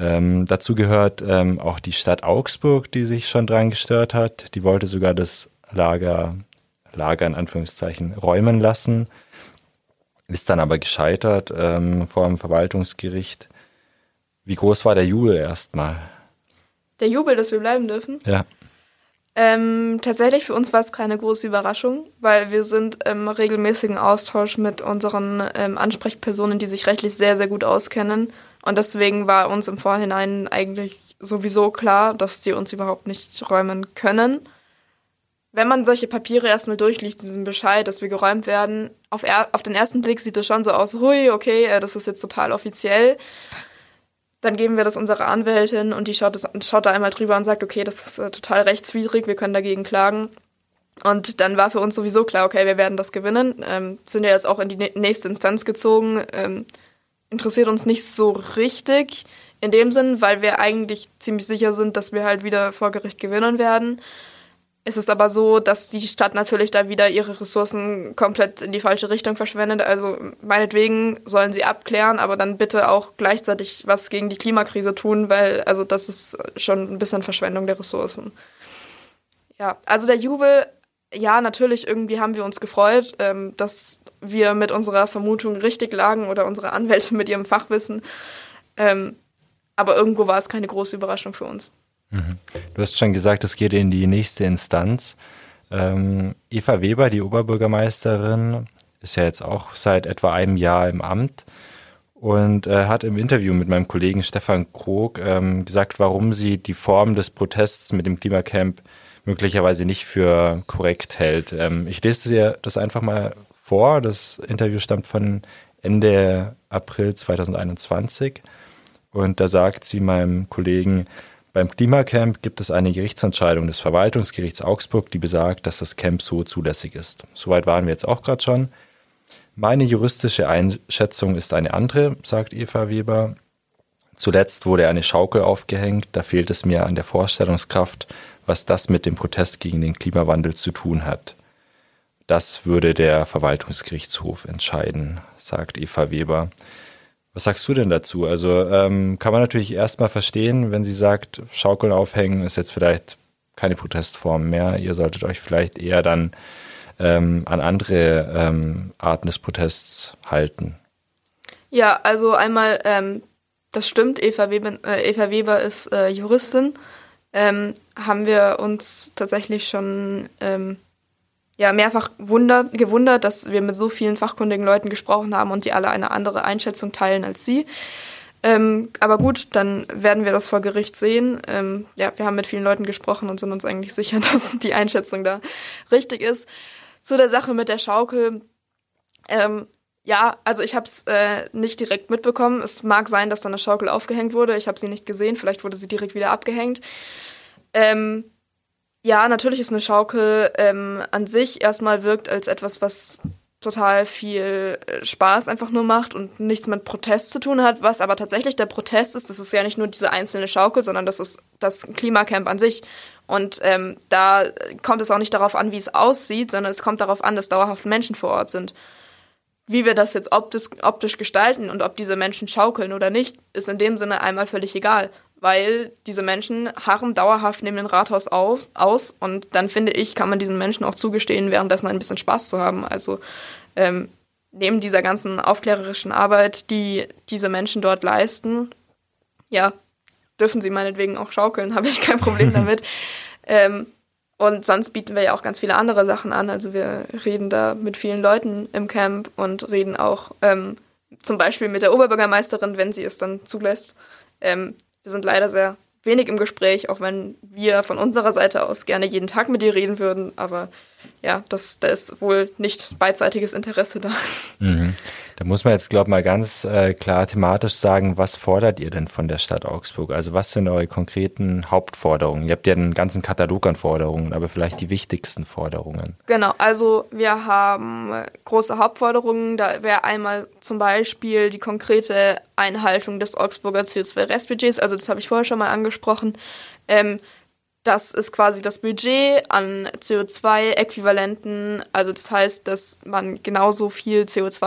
Dazu gehört auch die Stadt Augsburg, die sich schon dran gestört hat. Die wollte sogar das Lager in Anführungszeichen räumen lassen, ist dann aber gescheitert vor dem Verwaltungsgericht. Wie groß war der Jubel erstmal? Der Jubel, dass wir bleiben dürfen? Ja. Tatsächlich für uns war es keine große Überraschung, weil wir sind im regelmäßigen Austausch mit unseren Ansprechpersonen, die sich rechtlich sehr, sehr gut auskennen. Und deswegen war uns im Vorhinein eigentlich sowieso klar, dass die uns überhaupt nicht räumen können. Wenn man solche Papiere erstmal durchliest, diesen Bescheid, dass wir geräumt werden, auf den ersten Blick sieht es schon so aus, hui, okay, das ist jetzt total offiziell. Dann geben wir das unserer Anwältin und die schaut da einmal drüber und sagt, okay, das ist total rechtswidrig, wir können dagegen klagen. Und dann war für uns sowieso klar, okay, wir werden das gewinnen. Sind ja jetzt auch in die nächste Instanz gezogen. Interessiert uns nicht so richtig in dem Sinn, weil wir eigentlich ziemlich sicher sind, dass wir halt wieder vor Gericht gewinnen werden. Es ist aber so, dass die Stadt natürlich da wieder ihre Ressourcen komplett in die falsche Richtung verschwendet. Also meinetwegen sollen sie abklären, aber dann bitte auch gleichzeitig was gegen die Klimakrise tun, weil also das ist schon ein bisschen Verschwendung der Ressourcen. Ja, also der Jubel, ja, natürlich irgendwie haben wir uns gefreut, dass wir mit unserer Vermutung richtig lagen oder unsere Anwälte mit ihrem Fachwissen. Aber irgendwo war es keine große Überraschung für uns. Du hast schon gesagt, es geht in die nächste Instanz. Eva Weber, die Oberbürgermeisterin, ist ja jetzt auch seit etwa einem Jahr im Amt und hat im Interview mit meinem Kollegen Stefan Krog gesagt, warum sie die Form des Protests mit dem Klimacamp möglicherweise nicht für korrekt hält. Ich lese dir das einfach mal vor. Das Interview stammt von Ende April 2021 und da sagt sie meinem Kollegen, beim Klimacamp gibt es eine Gerichtsentscheidung des Verwaltungsgerichts Augsburg, die besagt, dass das Camp so zulässig ist. Soweit waren wir jetzt auch gerade schon. Meine juristische Einschätzung ist eine andere, sagt Eva Weber. Zuletzt wurde eine Schaukel aufgehängt, da fehlt es mir an der Vorstellungskraft, was das mit dem Protest gegen den Klimawandel zu tun hat. Das würde der Verwaltungsgerichtshof entscheiden, sagt Eva Weber. Was sagst du denn dazu? Also kann man natürlich erstmal verstehen, wenn sie sagt, Schaukeln aufhängen ist jetzt vielleicht keine Protestform mehr. Ihr solltet euch vielleicht eher dann an andere Arten des Protests halten. Ja, also einmal, das stimmt, Eva Weber ist Juristin. Haben wir uns tatsächlich schon mehrfach gewundert, dass wir mit so vielen fachkundigen Leuten gesprochen haben und die alle eine andere Einschätzung teilen als sie. Aber gut, dann werden wir das vor Gericht sehen. Wir haben mit vielen Leuten gesprochen und sind uns eigentlich sicher, dass die Einschätzung da richtig ist. Zu der Sache mit der Schaukel. Also ich habe es nicht direkt mitbekommen. Es mag sein, dass da eine Schaukel aufgehängt wurde. Ich habe sie nicht gesehen. Vielleicht wurde sie direkt wieder abgehängt. Ja, natürlich ist eine Schaukel an sich erstmal wirkt als etwas, was total viel Spaß einfach nur macht und nichts mit Protest zu tun hat. Was aber tatsächlich der Protest ist, das ist ja nicht nur diese einzelne Schaukel, sondern das ist das Klimacamp an sich. Und da kommt es auch nicht darauf an, wie es aussieht, sondern es kommt darauf an, dass dauerhaft Menschen vor Ort sind. Wie wir das jetzt optisch gestalten und ob diese Menschen schaukeln oder nicht, ist in dem Sinne einmal völlig egal. Weil diese Menschen harren dauerhaft neben dem Rathaus aus und dann finde ich, kann man diesen Menschen auch zugestehen, währenddessen ein bisschen Spaß zu haben. Also neben dieser ganzen aufklärerischen Arbeit, die diese Menschen dort leisten, ja, dürfen sie meinetwegen auch schaukeln, habe ich kein Problem damit. Und sonst bieten wir ja auch ganz viele andere Sachen an. Also wir reden da mit vielen Leuten im Camp und reden auch zum Beispiel mit der Oberbürgermeisterin, wenn sie es dann zulässt. Wir sind leider sehr wenig im Gespräch, auch wenn wir von unserer Seite aus gerne jeden Tag mit ihr reden würden. Aber ja, da ist wohl nicht beidseitiges Interesse da. Mhm. Da muss man jetzt, glaube ich, mal ganz klar thematisch sagen, was fordert ihr denn von der Stadt Augsburg? Also was sind eure konkreten Hauptforderungen? Ihr habt ja einen ganzen Katalog an Forderungen, aber vielleicht die wichtigsten Forderungen. Genau, also wir haben große Hauptforderungen. Da wäre einmal zum Beispiel die konkrete Einhaltung des Augsburger CO2-Restbudgets. Also das habe ich vorher schon mal angesprochen. Das ist quasi das Budget an CO2-Äquivalenten. Also das heißt, dass man genauso viel CO2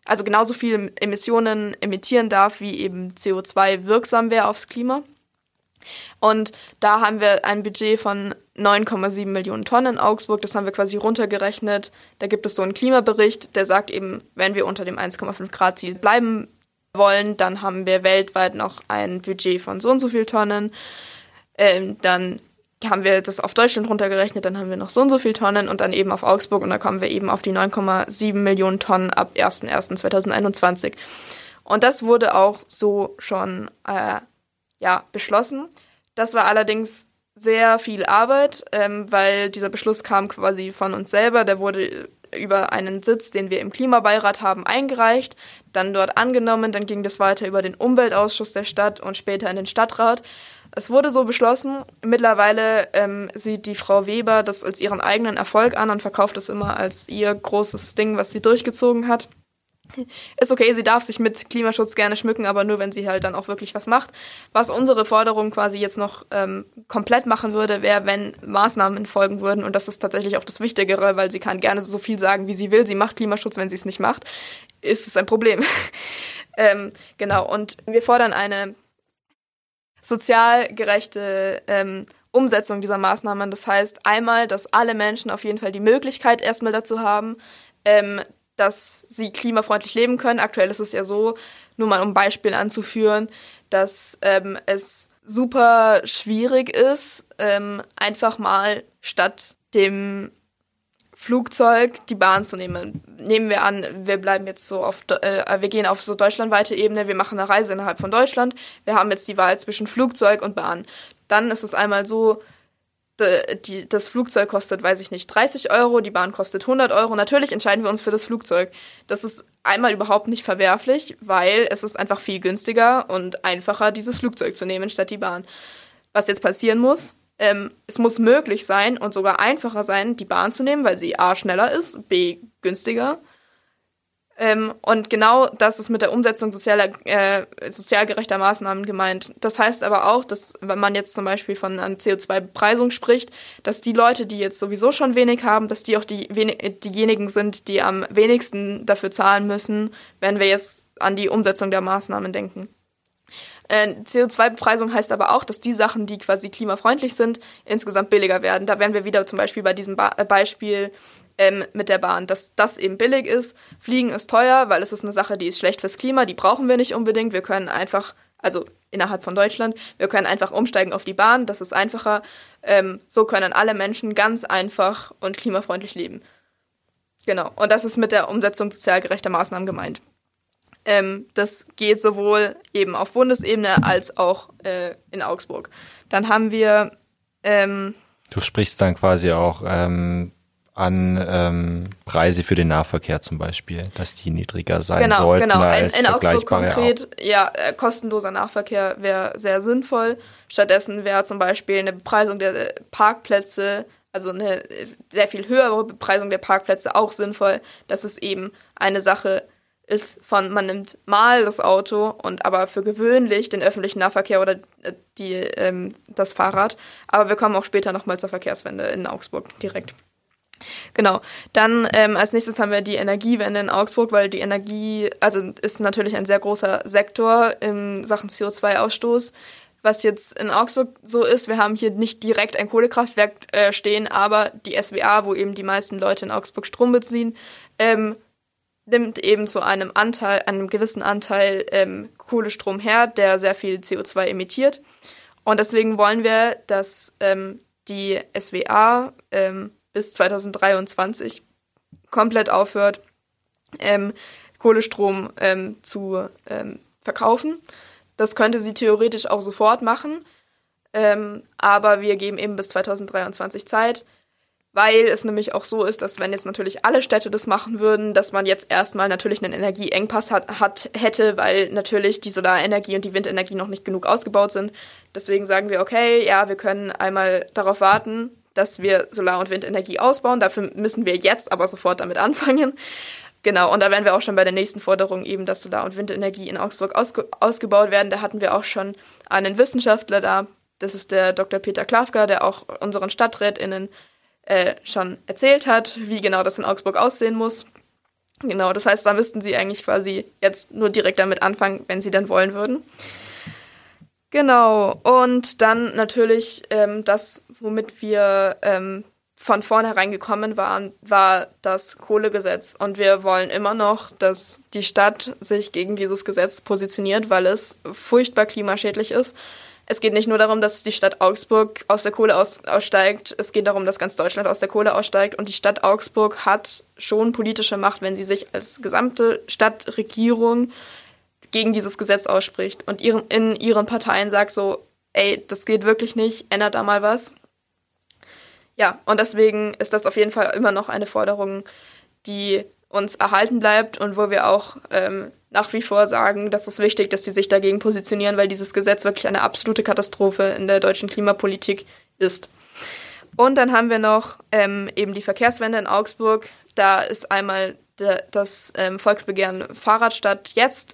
also genauso viel Emissionen emittieren darf, wie eben CO2 wirksam wäre aufs Klima. Und da haben wir ein Budget von 9,7 Millionen Tonnen in Augsburg. Das haben wir quasi runtergerechnet. Da gibt es so einen Klimabericht, der sagt eben, wenn wir unter dem 1,5 Grad Ziel bleiben wollen, dann haben wir weltweit noch ein Budget von so und so viel Tonnen. Dann haben wir das auf Deutschland runtergerechnet, dann haben wir noch so und so viel Tonnen und dann eben auf Augsburg und da kommen wir eben auf die 9,7 Millionen Tonnen ab 1.1.2021. Und das wurde auch so schon beschlossen. Das war allerdings sehr viel Arbeit, weil dieser Beschluss kam quasi von uns selber. Der wurde über einen Sitz, den wir im Klimabeirat haben, eingereicht, dann dort angenommen, dann ging das weiter über den Umweltausschuss der Stadt und später in den Stadtrat. Es wurde so beschlossen. Mittlerweile sieht die Frau Weber das als ihren eigenen Erfolg an und verkauft es immer als ihr großes Ding, was sie durchgezogen hat. Ist okay, sie darf sich mit Klimaschutz gerne schmücken, aber nur, wenn sie halt dann auch wirklich was macht. Was unsere Forderung quasi jetzt noch komplett machen würde, wäre, wenn Maßnahmen folgen würden. Und das ist tatsächlich auch das Wichtigere, weil sie kann gerne so viel sagen, wie sie will. Sie macht Klimaschutz, wenn sie es nicht macht, ist es ein Problem. Genau, und wir fordern eine sozial gerechte Umsetzung dieser Maßnahmen. Das heißt einmal, dass alle Menschen auf jeden Fall die Möglichkeit erstmal dazu haben, dass sie klimafreundlich leben können. Aktuell ist es ja so, nur mal um ein Beispiel anzuführen, dass es super schwierig ist, einfach mal statt dem Flugzeug die Bahn zu nehmen. Nehmen wir an, wir bleiben jetzt so wir gehen auf so deutschlandweite Ebene, wir machen eine Reise innerhalb von Deutschland, wir haben jetzt die Wahl zwischen Flugzeug und Bahn. Dann ist es einmal so, das Flugzeug kostet, weiß ich nicht, 30 Euro, die Bahn kostet 100 Euro. Natürlich entscheiden wir uns für das Flugzeug. Das ist einmal überhaupt nicht verwerflich, weil es ist einfach viel günstiger und einfacher, dieses Flugzeug zu nehmen statt die Bahn. Was jetzt passieren muss, es muss möglich sein und sogar einfacher sein, die Bahn zu nehmen, weil sie A, schneller ist, B, günstiger. Und genau das ist mit der Umsetzung sozial gerechter Maßnahmen gemeint. Das heißt aber auch, dass, wenn man jetzt zum Beispiel von einer CO2-Bepreisung spricht, dass die Leute, die jetzt sowieso schon wenig haben, dass die auch diejenigen sind, die am wenigsten dafür zahlen müssen, wenn wir jetzt an die Umsetzung der Maßnahmen denken. CO2-Bepreisung heißt aber auch, dass die Sachen, die quasi klimafreundlich sind, insgesamt billiger werden. Da wären wir wieder zum Beispiel bei diesem Beispiel mit der Bahn, dass das eben billig ist. Fliegen ist teuer, weil es ist eine Sache, die ist schlecht fürs Klima, die brauchen wir nicht unbedingt. Wir können einfach, also innerhalb von Deutschland, wir können einfach umsteigen auf die Bahn, das ist einfacher. So können alle Menschen ganz einfach und klimafreundlich leben. Genau, und das ist mit der Umsetzung sozial gerechter Maßnahmen gemeint. Das geht sowohl eben auf Bundesebene als auch in Augsburg. Dann haben wir Du sprichst dann quasi auch an Preise für den Nahverkehr zum Beispiel, dass die niedriger sein sollten. Genau. Als in Augsburg konkret, kostenloser Nahverkehr wäre sehr sinnvoll. Stattdessen wäre zum Beispiel eine Bepreisung der Parkplätze, also eine sehr viel höhere Bepreisung der Parkplätze auch sinnvoll. Das ist eben eine Sache ist man nimmt mal das Auto und aber für gewöhnlich den öffentlichen Nahverkehr oder das Fahrrad. Aber wir kommen auch später nochmal zur Verkehrswende in Augsburg direkt. Genau. Dann als nächstes haben wir die Energiewende in Augsburg, weil die Energie, also ist natürlich ein sehr großer Sektor in Sachen CO2-Ausstoß. Was jetzt in Augsburg so ist, wir haben hier nicht direkt ein Kohlekraftwerk stehen, aber die SWA, wo eben die meisten Leute in Augsburg Strom beziehen, nimmt eben zu einem gewissen Anteil Kohlestrom her, der sehr viel CO2 emittiert. Und deswegen wollen wir, dass die SWA bis 2023 komplett aufhört, Kohlestrom zu verkaufen. Das könnte sie theoretisch auch sofort machen, aber wir geben eben bis 2023 Zeit, weil es nämlich auch so ist, dass wenn jetzt natürlich alle Städte das machen würden, dass man jetzt erstmal natürlich einen Energieengpass hätte, weil natürlich die Solarenergie und die Windenergie noch nicht genug ausgebaut sind. Deswegen sagen wir, okay, ja, wir können einmal darauf warten, dass wir Solar- und Windenergie ausbauen. Dafür müssen wir jetzt aber sofort damit anfangen. Genau, und da wären wir auch schon bei der nächsten Forderung eben, dass Solar- und Windenergie in Augsburg ausgebaut werden. Da hatten wir auch schon einen Wissenschaftler da, das ist der Dr. Peter Klafka, der auch unseren StadträtInnen schon erzählt hat, wie genau das in Augsburg aussehen muss. Genau, das heißt, da müssten sie eigentlich quasi jetzt nur direkt damit anfangen, wenn sie dann wollen würden. Genau, und dann natürlich das, womit wir von vornherein gekommen waren, war das Kohlegesetz. Und wir wollen immer noch, dass die Stadt sich gegen dieses Gesetz positioniert, weil es furchtbar klimaschädlich ist. Es geht nicht nur darum, dass die Stadt Augsburg aus der Kohle aussteigt, es geht darum, dass ganz Deutschland aus der Kohle aussteigt. Und die Stadt Augsburg hat schon politische Macht, wenn sie sich als gesamte Stadtregierung gegen dieses Gesetz ausspricht und in ihren Parteien sagt so, ey, das geht wirklich nicht, ändert da mal was. Ja, und deswegen ist das auf jeden Fall immer noch eine Forderung, die uns erhalten bleibt und wo wir auch nach wie vor sagen, dass es wichtig, dass die sich dagegen positionieren, weil dieses Gesetz wirklich eine absolute Katastrophe in der deutschen Klimapolitik ist. Und dann haben wir noch eben die Verkehrswende in Augsburg. Da ist einmal das Volksbegehren Fahrradstadt jetzt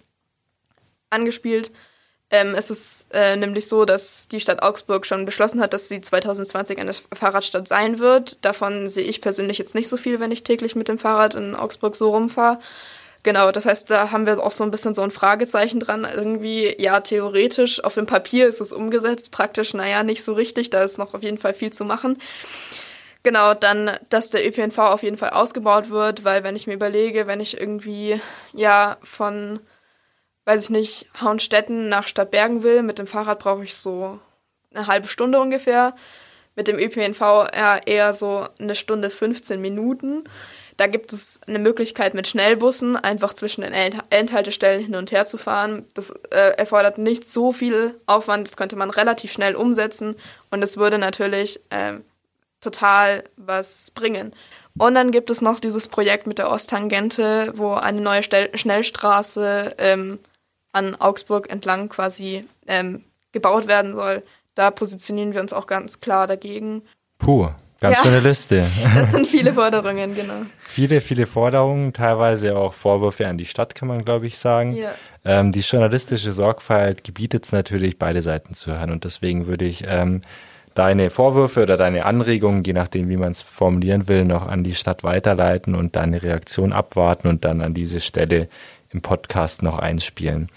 angespielt. Es ist nämlich so, dass die Stadt Augsburg schon beschlossen hat, dass sie 2020 eine Fahrradstadt sein wird. Davon sehe ich persönlich jetzt nicht so viel, wenn ich täglich mit dem Fahrrad in Augsburg so rumfahre. Genau, das heißt, da haben wir auch so ein bisschen so ein Fragezeichen dran. Irgendwie, ja, theoretisch, auf dem Papier ist es umgesetzt, praktisch, naja, nicht so richtig. Da ist noch auf jeden Fall viel zu machen. Genau, dann, dass der ÖPNV auf jeden Fall ausgebaut wird, weil wenn ich mir überlege, wenn ich irgendwie, ja, von weiß ich nicht, Hauenstetten nach Stadtbergen will. Mit dem Fahrrad brauche ich so eine halbe Stunde ungefähr. Mit dem ÖPNV eher so eine Stunde 15 Minuten. Da gibt es eine Möglichkeit mit Schnellbussen, einfach zwischen den Endhaltestellen hin und her zu fahren. Das erfordert nicht so viel Aufwand, das könnte man relativ schnell umsetzen und es würde natürlich total was bringen. Und dann gibt es noch dieses Projekt mit der Osttangente, wo eine neue Schnellstraße an Augsburg entlang quasi gebaut werden soll. Da positionieren wir uns auch ganz klar dagegen. Puh, ganz schöne Liste. Das sind viele Forderungen, genau. Viele Forderungen, teilweise auch Vorwürfe an die Stadt, kann man, glaube ich, sagen. Ja. Die journalistische Sorgfalt gebietet es natürlich, beide Seiten zu hören. Und deswegen würde ich deine Vorwürfe oder deine Anregungen, je nachdem, wie man es formulieren will, noch an die Stadt weiterleiten und deine Reaktion abwarten und dann an diese Stelle im Podcast noch einspielen.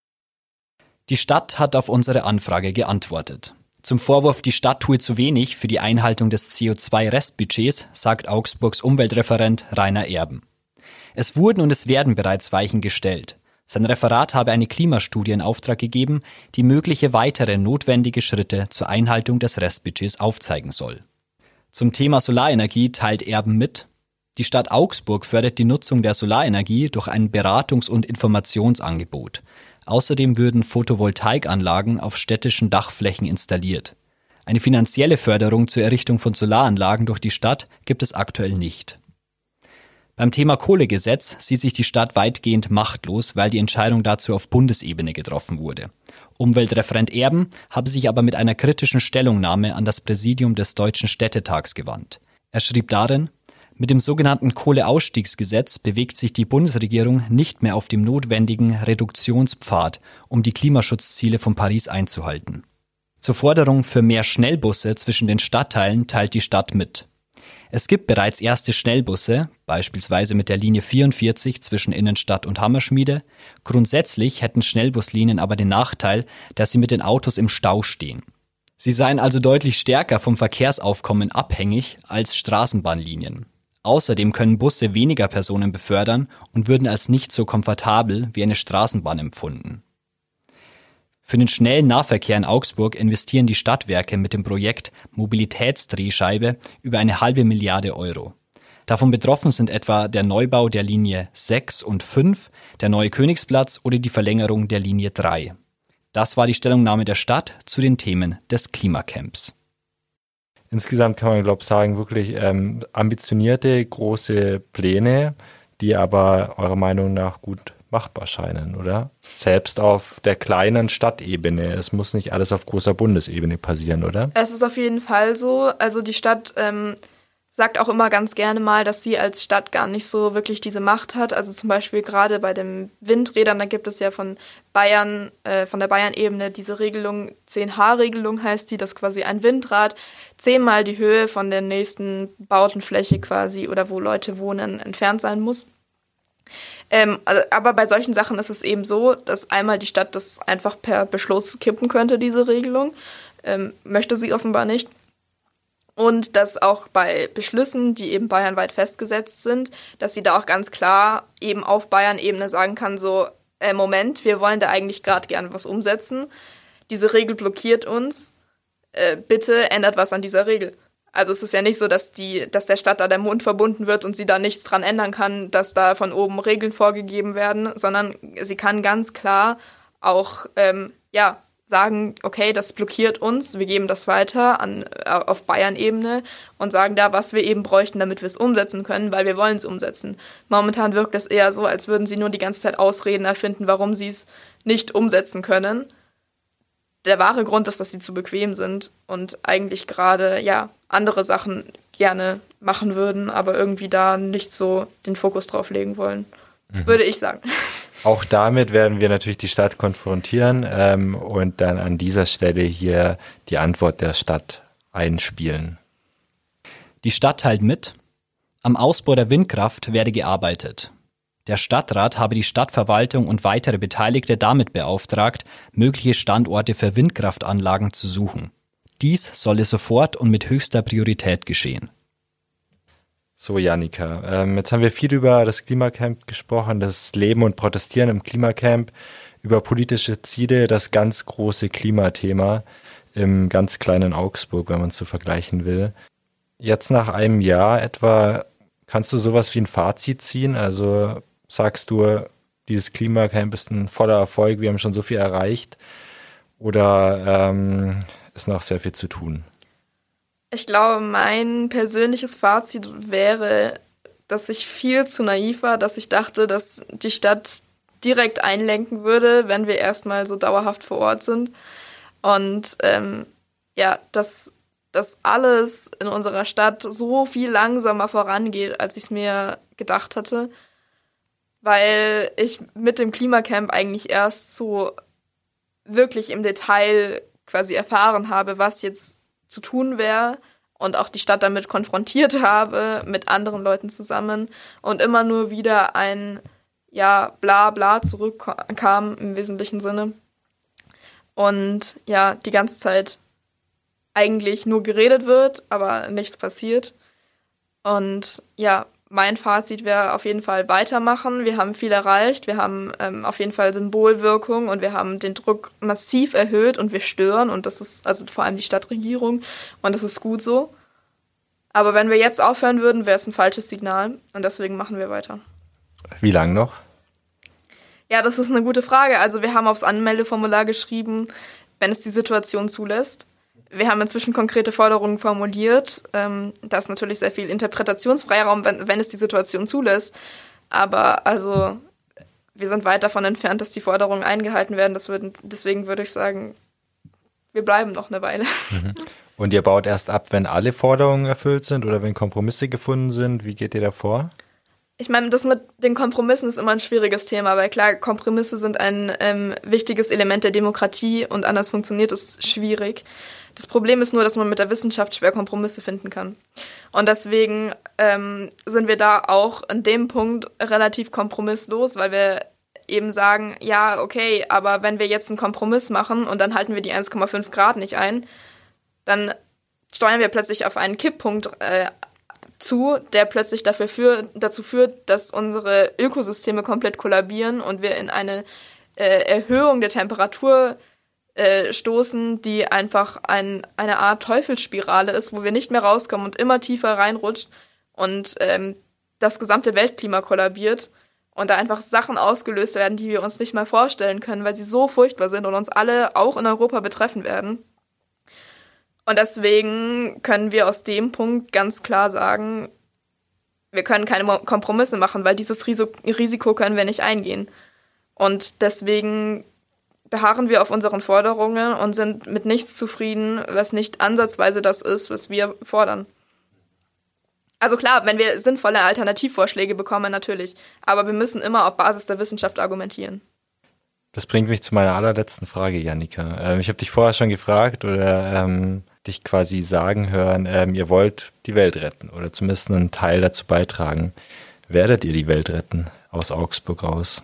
Die Stadt hat auf unsere Anfrage geantwortet. Zum Vorwurf, die Stadt tue zu wenig für die Einhaltung des CO2-Restbudgets, sagt Augsburgs Umweltreferent Rainer Erben. Es wurden und es werden bereits Weichen gestellt. Sein Referat habe eine Klimastudie in Auftrag gegeben, die mögliche weitere notwendige Schritte zur Einhaltung des Restbudgets aufzeigen soll. Zum Thema Solarenergie teilt Erben mit: Die Stadt Augsburg fördert die Nutzung der Solarenergie durch ein Beratungs- und Informationsangebot. Außerdem würden Photovoltaikanlagen auf städtischen Dachflächen installiert. Eine finanzielle Förderung zur Errichtung von Solaranlagen durch die Stadt gibt es aktuell nicht. Beim Thema Kohlegesetz sieht sich die Stadt weitgehend machtlos, weil die Entscheidung dazu auf Bundesebene getroffen wurde. Umweltreferent Erben habe sich aber mit einer kritischen Stellungnahme an das Präsidium des Deutschen Städtetags gewandt. Er schrieb darin: Mit dem sogenannten Kohleausstiegsgesetz bewegt sich die Bundesregierung nicht mehr auf dem notwendigen Reduktionspfad, um die Klimaschutzziele von Paris einzuhalten. Zur Forderung für mehr Schnellbusse zwischen den Stadtteilen teilt die Stadt mit: Es gibt bereits erste Schnellbusse, beispielsweise mit der Linie 44 zwischen Innenstadt und Hammerschmiede. Grundsätzlich hätten Schnellbuslinien aber den Nachteil, dass sie mit den Autos im Stau stehen. Sie seien also deutlich stärker vom Verkehrsaufkommen abhängig als Straßenbahnlinien. Außerdem können Busse weniger Personen befördern und würden als nicht so komfortabel wie eine Straßenbahn empfunden. Für den schnellen Nahverkehr in Augsburg investieren die Stadtwerke mit dem Projekt Mobilitätsdrehscheibe über 1,5 Milliarden Euro. Davon betroffen sind etwa der Neubau der Linie 6 und 5, der neue Königsplatz oder die Verlängerung der Linie 3. Das war die Stellungnahme der Stadt zu den Themen des Klimacamps. Insgesamt kann man, glaube ich, sagen, wirklich ambitionierte, große Pläne, die aber eurer Meinung nach gut machbar scheinen, oder? Selbst auf der kleinen Stadtebene. Es muss nicht alles auf großer Bundesebene passieren, oder? Es ist auf jeden Fall so. Also die Stadt sagt auch immer ganz gerne mal, dass sie als Stadt gar nicht so wirklich diese Macht hat. Also zum Beispiel gerade bei den Windrädern, da gibt es ja von Bayern, von der Bayern-Ebene diese Regelung, 10H-Regelung heißt die, dass quasi ein Windrad 10-mal die Höhe von der nächsten Bautenfläche quasi oder wo Leute wohnen entfernt sein muss. Aber bei solchen Sachen ist es eben so, dass einmal die Stadt das einfach per Beschluss kippen könnte, diese Regelung. Möchte sie offenbar nicht. Und dass auch bei Beschlüssen, die eben bayernweit festgesetzt sind, dass sie da auch ganz klar eben auf Bayern-Ebene sagen kann, so, Moment, wir wollen da eigentlich gerade gerne was umsetzen. Diese Regel blockiert uns. Bitte ändert was an dieser Regel. Also es ist ja nicht so, dass der Stadt da der Mund verbunden wird und sie da nichts dran ändern kann, dass da von oben Regeln vorgegeben werden, sondern sie kann ganz klar auch sagen, okay, das blockiert uns, wir geben das weiter auf Bayern-Ebene und sagen da, was wir eben bräuchten, damit wir es umsetzen können, weil wir wollen es umsetzen. Momentan wirkt es eher so, als würden sie nur die ganze Zeit Ausreden erfinden, warum sie es nicht umsetzen können. Der wahre Grund ist, dass sie zu bequem sind und eigentlich gerade, andere Sachen gerne machen würden, aber irgendwie da nicht so den Fokus drauf legen wollen, würde ich sagen. Auch damit werden wir natürlich die Stadt konfrontieren und dann an dieser Stelle hier die Antwort der Stadt einspielen. Die Stadt teilt mit, am Ausbau der Windkraft werde gearbeitet. Der Stadtrat habe die Stadtverwaltung und weitere Beteiligte damit beauftragt, mögliche Standorte für Windkraftanlagen zu suchen. Dies solle sofort und mit höchster Priorität geschehen. So, Jannika, jetzt haben wir viel über das Klimacamp gesprochen, das Leben und Protestieren im Klimacamp, über politische Ziele, das ganz große Klimathema im ganz kleinen Augsburg, wenn man es so vergleichen will. Jetzt nach einem Jahr etwa, kannst du sowas wie ein Fazit ziehen? Also sagst du, dieses Klimacamp ist ein voller Erfolg, wir haben schon so viel erreicht, oder ist noch sehr viel zu tun? Ich glaube, mein persönliches Fazit wäre, dass ich viel zu naiv war, dass ich dachte, dass die Stadt direkt einlenken würde, wenn wir erstmal so dauerhaft vor Ort sind. Und dass alles in unserer Stadt so viel langsamer vorangeht, als ich es mir gedacht hatte. Weil ich mit dem Klimacamp eigentlich erst so wirklich im Detail quasi erfahren habe, was jetzt zu tun wäre und auch die Stadt damit konfrontiert habe, mit anderen Leuten zusammen und immer nur wieder ein Blabla zurückkam im wesentlichen Sinne. Und die ganze Zeit eigentlich nur geredet wird, aber nichts passiert. Und mein Fazit wäre auf jeden Fall weitermachen. Wir haben viel erreicht, wir haben auf jeden Fall Symbolwirkung und wir haben den Druck massiv erhöht und wir stören und das ist also vor allem die Stadtregierung und das ist gut so. Aber wenn wir jetzt aufhören würden, wäre es ein falsches Signal und deswegen machen wir weiter. Wie lange noch? Ja, das ist eine gute Frage. Also wir haben aufs Anmeldeformular geschrieben, wenn es die Situation zulässt. Wir haben inzwischen konkrete Forderungen formuliert. Da ist natürlich sehr viel Interpretationsfreiraum, wenn es die Situation zulässt. Aber also wir sind weit davon entfernt, dass die Forderungen eingehalten werden. Deswegen würde ich sagen, wir bleiben noch eine Weile. Und ihr baut erst ab, wenn alle Forderungen erfüllt sind oder wenn Kompromisse gefunden sind? Wie geht ihr da vor? Ich meine, das mit den Kompromissen ist immer ein schwieriges Thema, weil klar, Kompromisse sind ein wichtiges Element der Demokratie und anders funktioniert es schwierig. Das Problem ist nur, dass man mit der Wissenschaft schwer Kompromisse finden kann. Und deswegen sind wir da auch in dem Punkt relativ kompromisslos, weil wir eben sagen, ja, okay, aber wenn wir jetzt einen Kompromiss machen und dann halten wir die 1,5 Grad nicht ein, dann steuern wir plötzlich auf einen Kipppunkt zu, der plötzlich dazu führt, dass unsere Ökosysteme komplett kollabieren und wir in eine Erhöhung der Temperatur stoßen, die einfach eine Art Teufelsspirale ist, wo wir nicht mehr rauskommen und immer tiefer reinrutscht und das gesamte Weltklima kollabiert und da einfach Sachen ausgelöst werden, die wir uns nicht mal vorstellen können, weil sie so furchtbar sind und uns alle auch in Europa betreffen werden. Und deswegen können wir aus dem Punkt ganz klar sagen, wir können keine Kompromisse machen, weil dieses Risiko können wir nicht eingehen. Und deswegen beharren wir auf unseren Forderungen und sind mit nichts zufrieden, was nicht ansatzweise das ist, was wir fordern. Also klar, wenn wir sinnvolle Alternativvorschläge bekommen, natürlich. Aber wir müssen immer auf Basis der Wissenschaft argumentieren. Das bringt mich zu meiner allerletzten Frage, Jannika. Ich habe dich vorher schon gefragt oder dich quasi sagen hören, ihr wollt die Welt retten oder zumindest einen Teil dazu beitragen. Werdet ihr die Welt retten? aus Augsburg raus?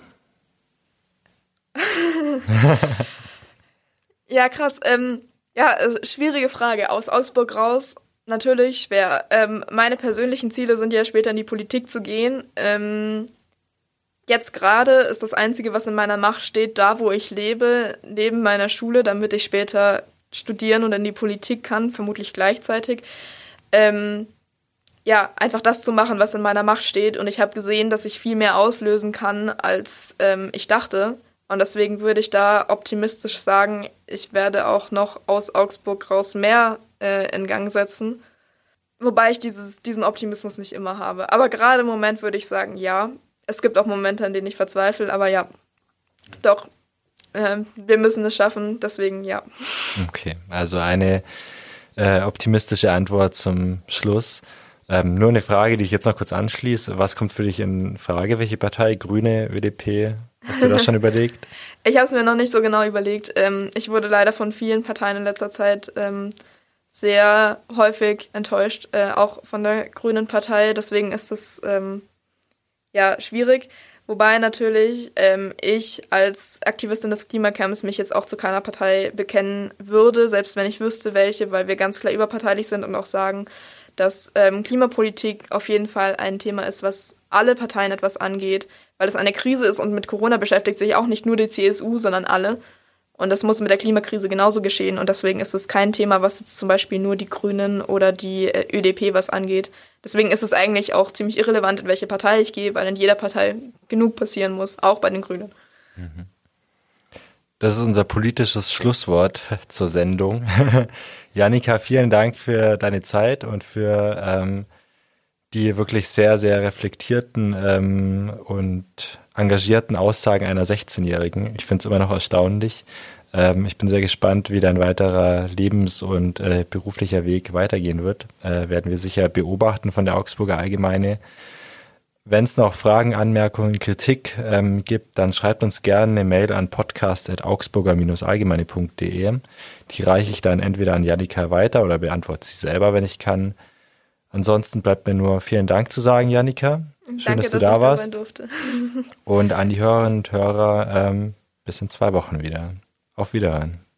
Ja, krass. Also schwierige Frage. Aus Augsburg raus, natürlich schwer. Meine persönlichen Ziele sind ja später in die Politik zu gehen. Jetzt gerade ist das Einzige, was in meiner Macht steht, da wo ich lebe, neben meiner Schule, damit ich später studieren und in die Politik kann, vermutlich gleichzeitig. Einfach das zu machen, was in meiner Macht steht. Und ich habe gesehen, dass ich viel mehr auslösen kann, als ich dachte. Und deswegen würde ich da optimistisch sagen, ich werde auch noch aus Augsburg raus mehr in Gang setzen. Wobei ich diesen Optimismus nicht immer habe. Aber gerade im Moment würde ich sagen, ja. Es gibt auch Momente, in denen ich verzweifle, aber ja, doch, wir müssen es schaffen, deswegen ja. Okay, also eine optimistische Antwort zum Schluss. Nur eine Frage, die ich jetzt noch kurz anschließe. Was kommt für dich in Frage? Welche Partei? Grüne, ÖDP? Hast du das schon überlegt? Ich habe es mir noch nicht so genau überlegt. Ich wurde leider von vielen Parteien in letzter Zeit sehr häufig enttäuscht, auch von der Grünen Partei. Deswegen ist es schwierig. Wobei natürlich ich als Aktivistin des Klimacamps mich jetzt auch zu keiner Partei bekennen würde, selbst wenn ich wüsste, welche, weil wir ganz klar überparteilich sind und auch sagen, dass Klimapolitik auf jeden Fall ein Thema ist, was alle Parteien etwas angeht, weil es eine Krise ist und mit Corona beschäftigt sich auch nicht nur die CSU, sondern alle. Und das muss mit der Klimakrise genauso geschehen. Und deswegen ist es kein Thema, was jetzt zum Beispiel nur die Grünen oder die ÖDP was angeht. Deswegen ist es eigentlich auch ziemlich irrelevant, in welche Partei ich gehe, weil in jeder Partei genug passieren muss, auch bei den Grünen. Das ist unser politisches Schlusswort zur Sendung. Jannika, vielen Dank für deine Zeit und für die wirklich sehr, sehr reflektierten und engagierten Aussagen einer 16-Jährigen. Ich finde es immer noch erstaunlich. Ich bin sehr gespannt, wie dein weiterer Lebens- und beruflicher Weg weitergehen wird. Werden wir sicher beobachten von der Augsburger Allgemeine. Wenn es noch Fragen, Anmerkungen, Kritik gibt, dann schreibt uns gerne eine Mail an podcast@augsburger-allgemeine.de. Die reiche ich dann entweder an Jannika weiter oder beantworte sie selber, wenn ich kann. Ansonsten bleibt mir nur vielen Dank zu sagen, Jannika. Schön, dass du da warst. Und an die Hörerinnen und Hörer bis in 2 Wochen wieder. Auf Wiederhören.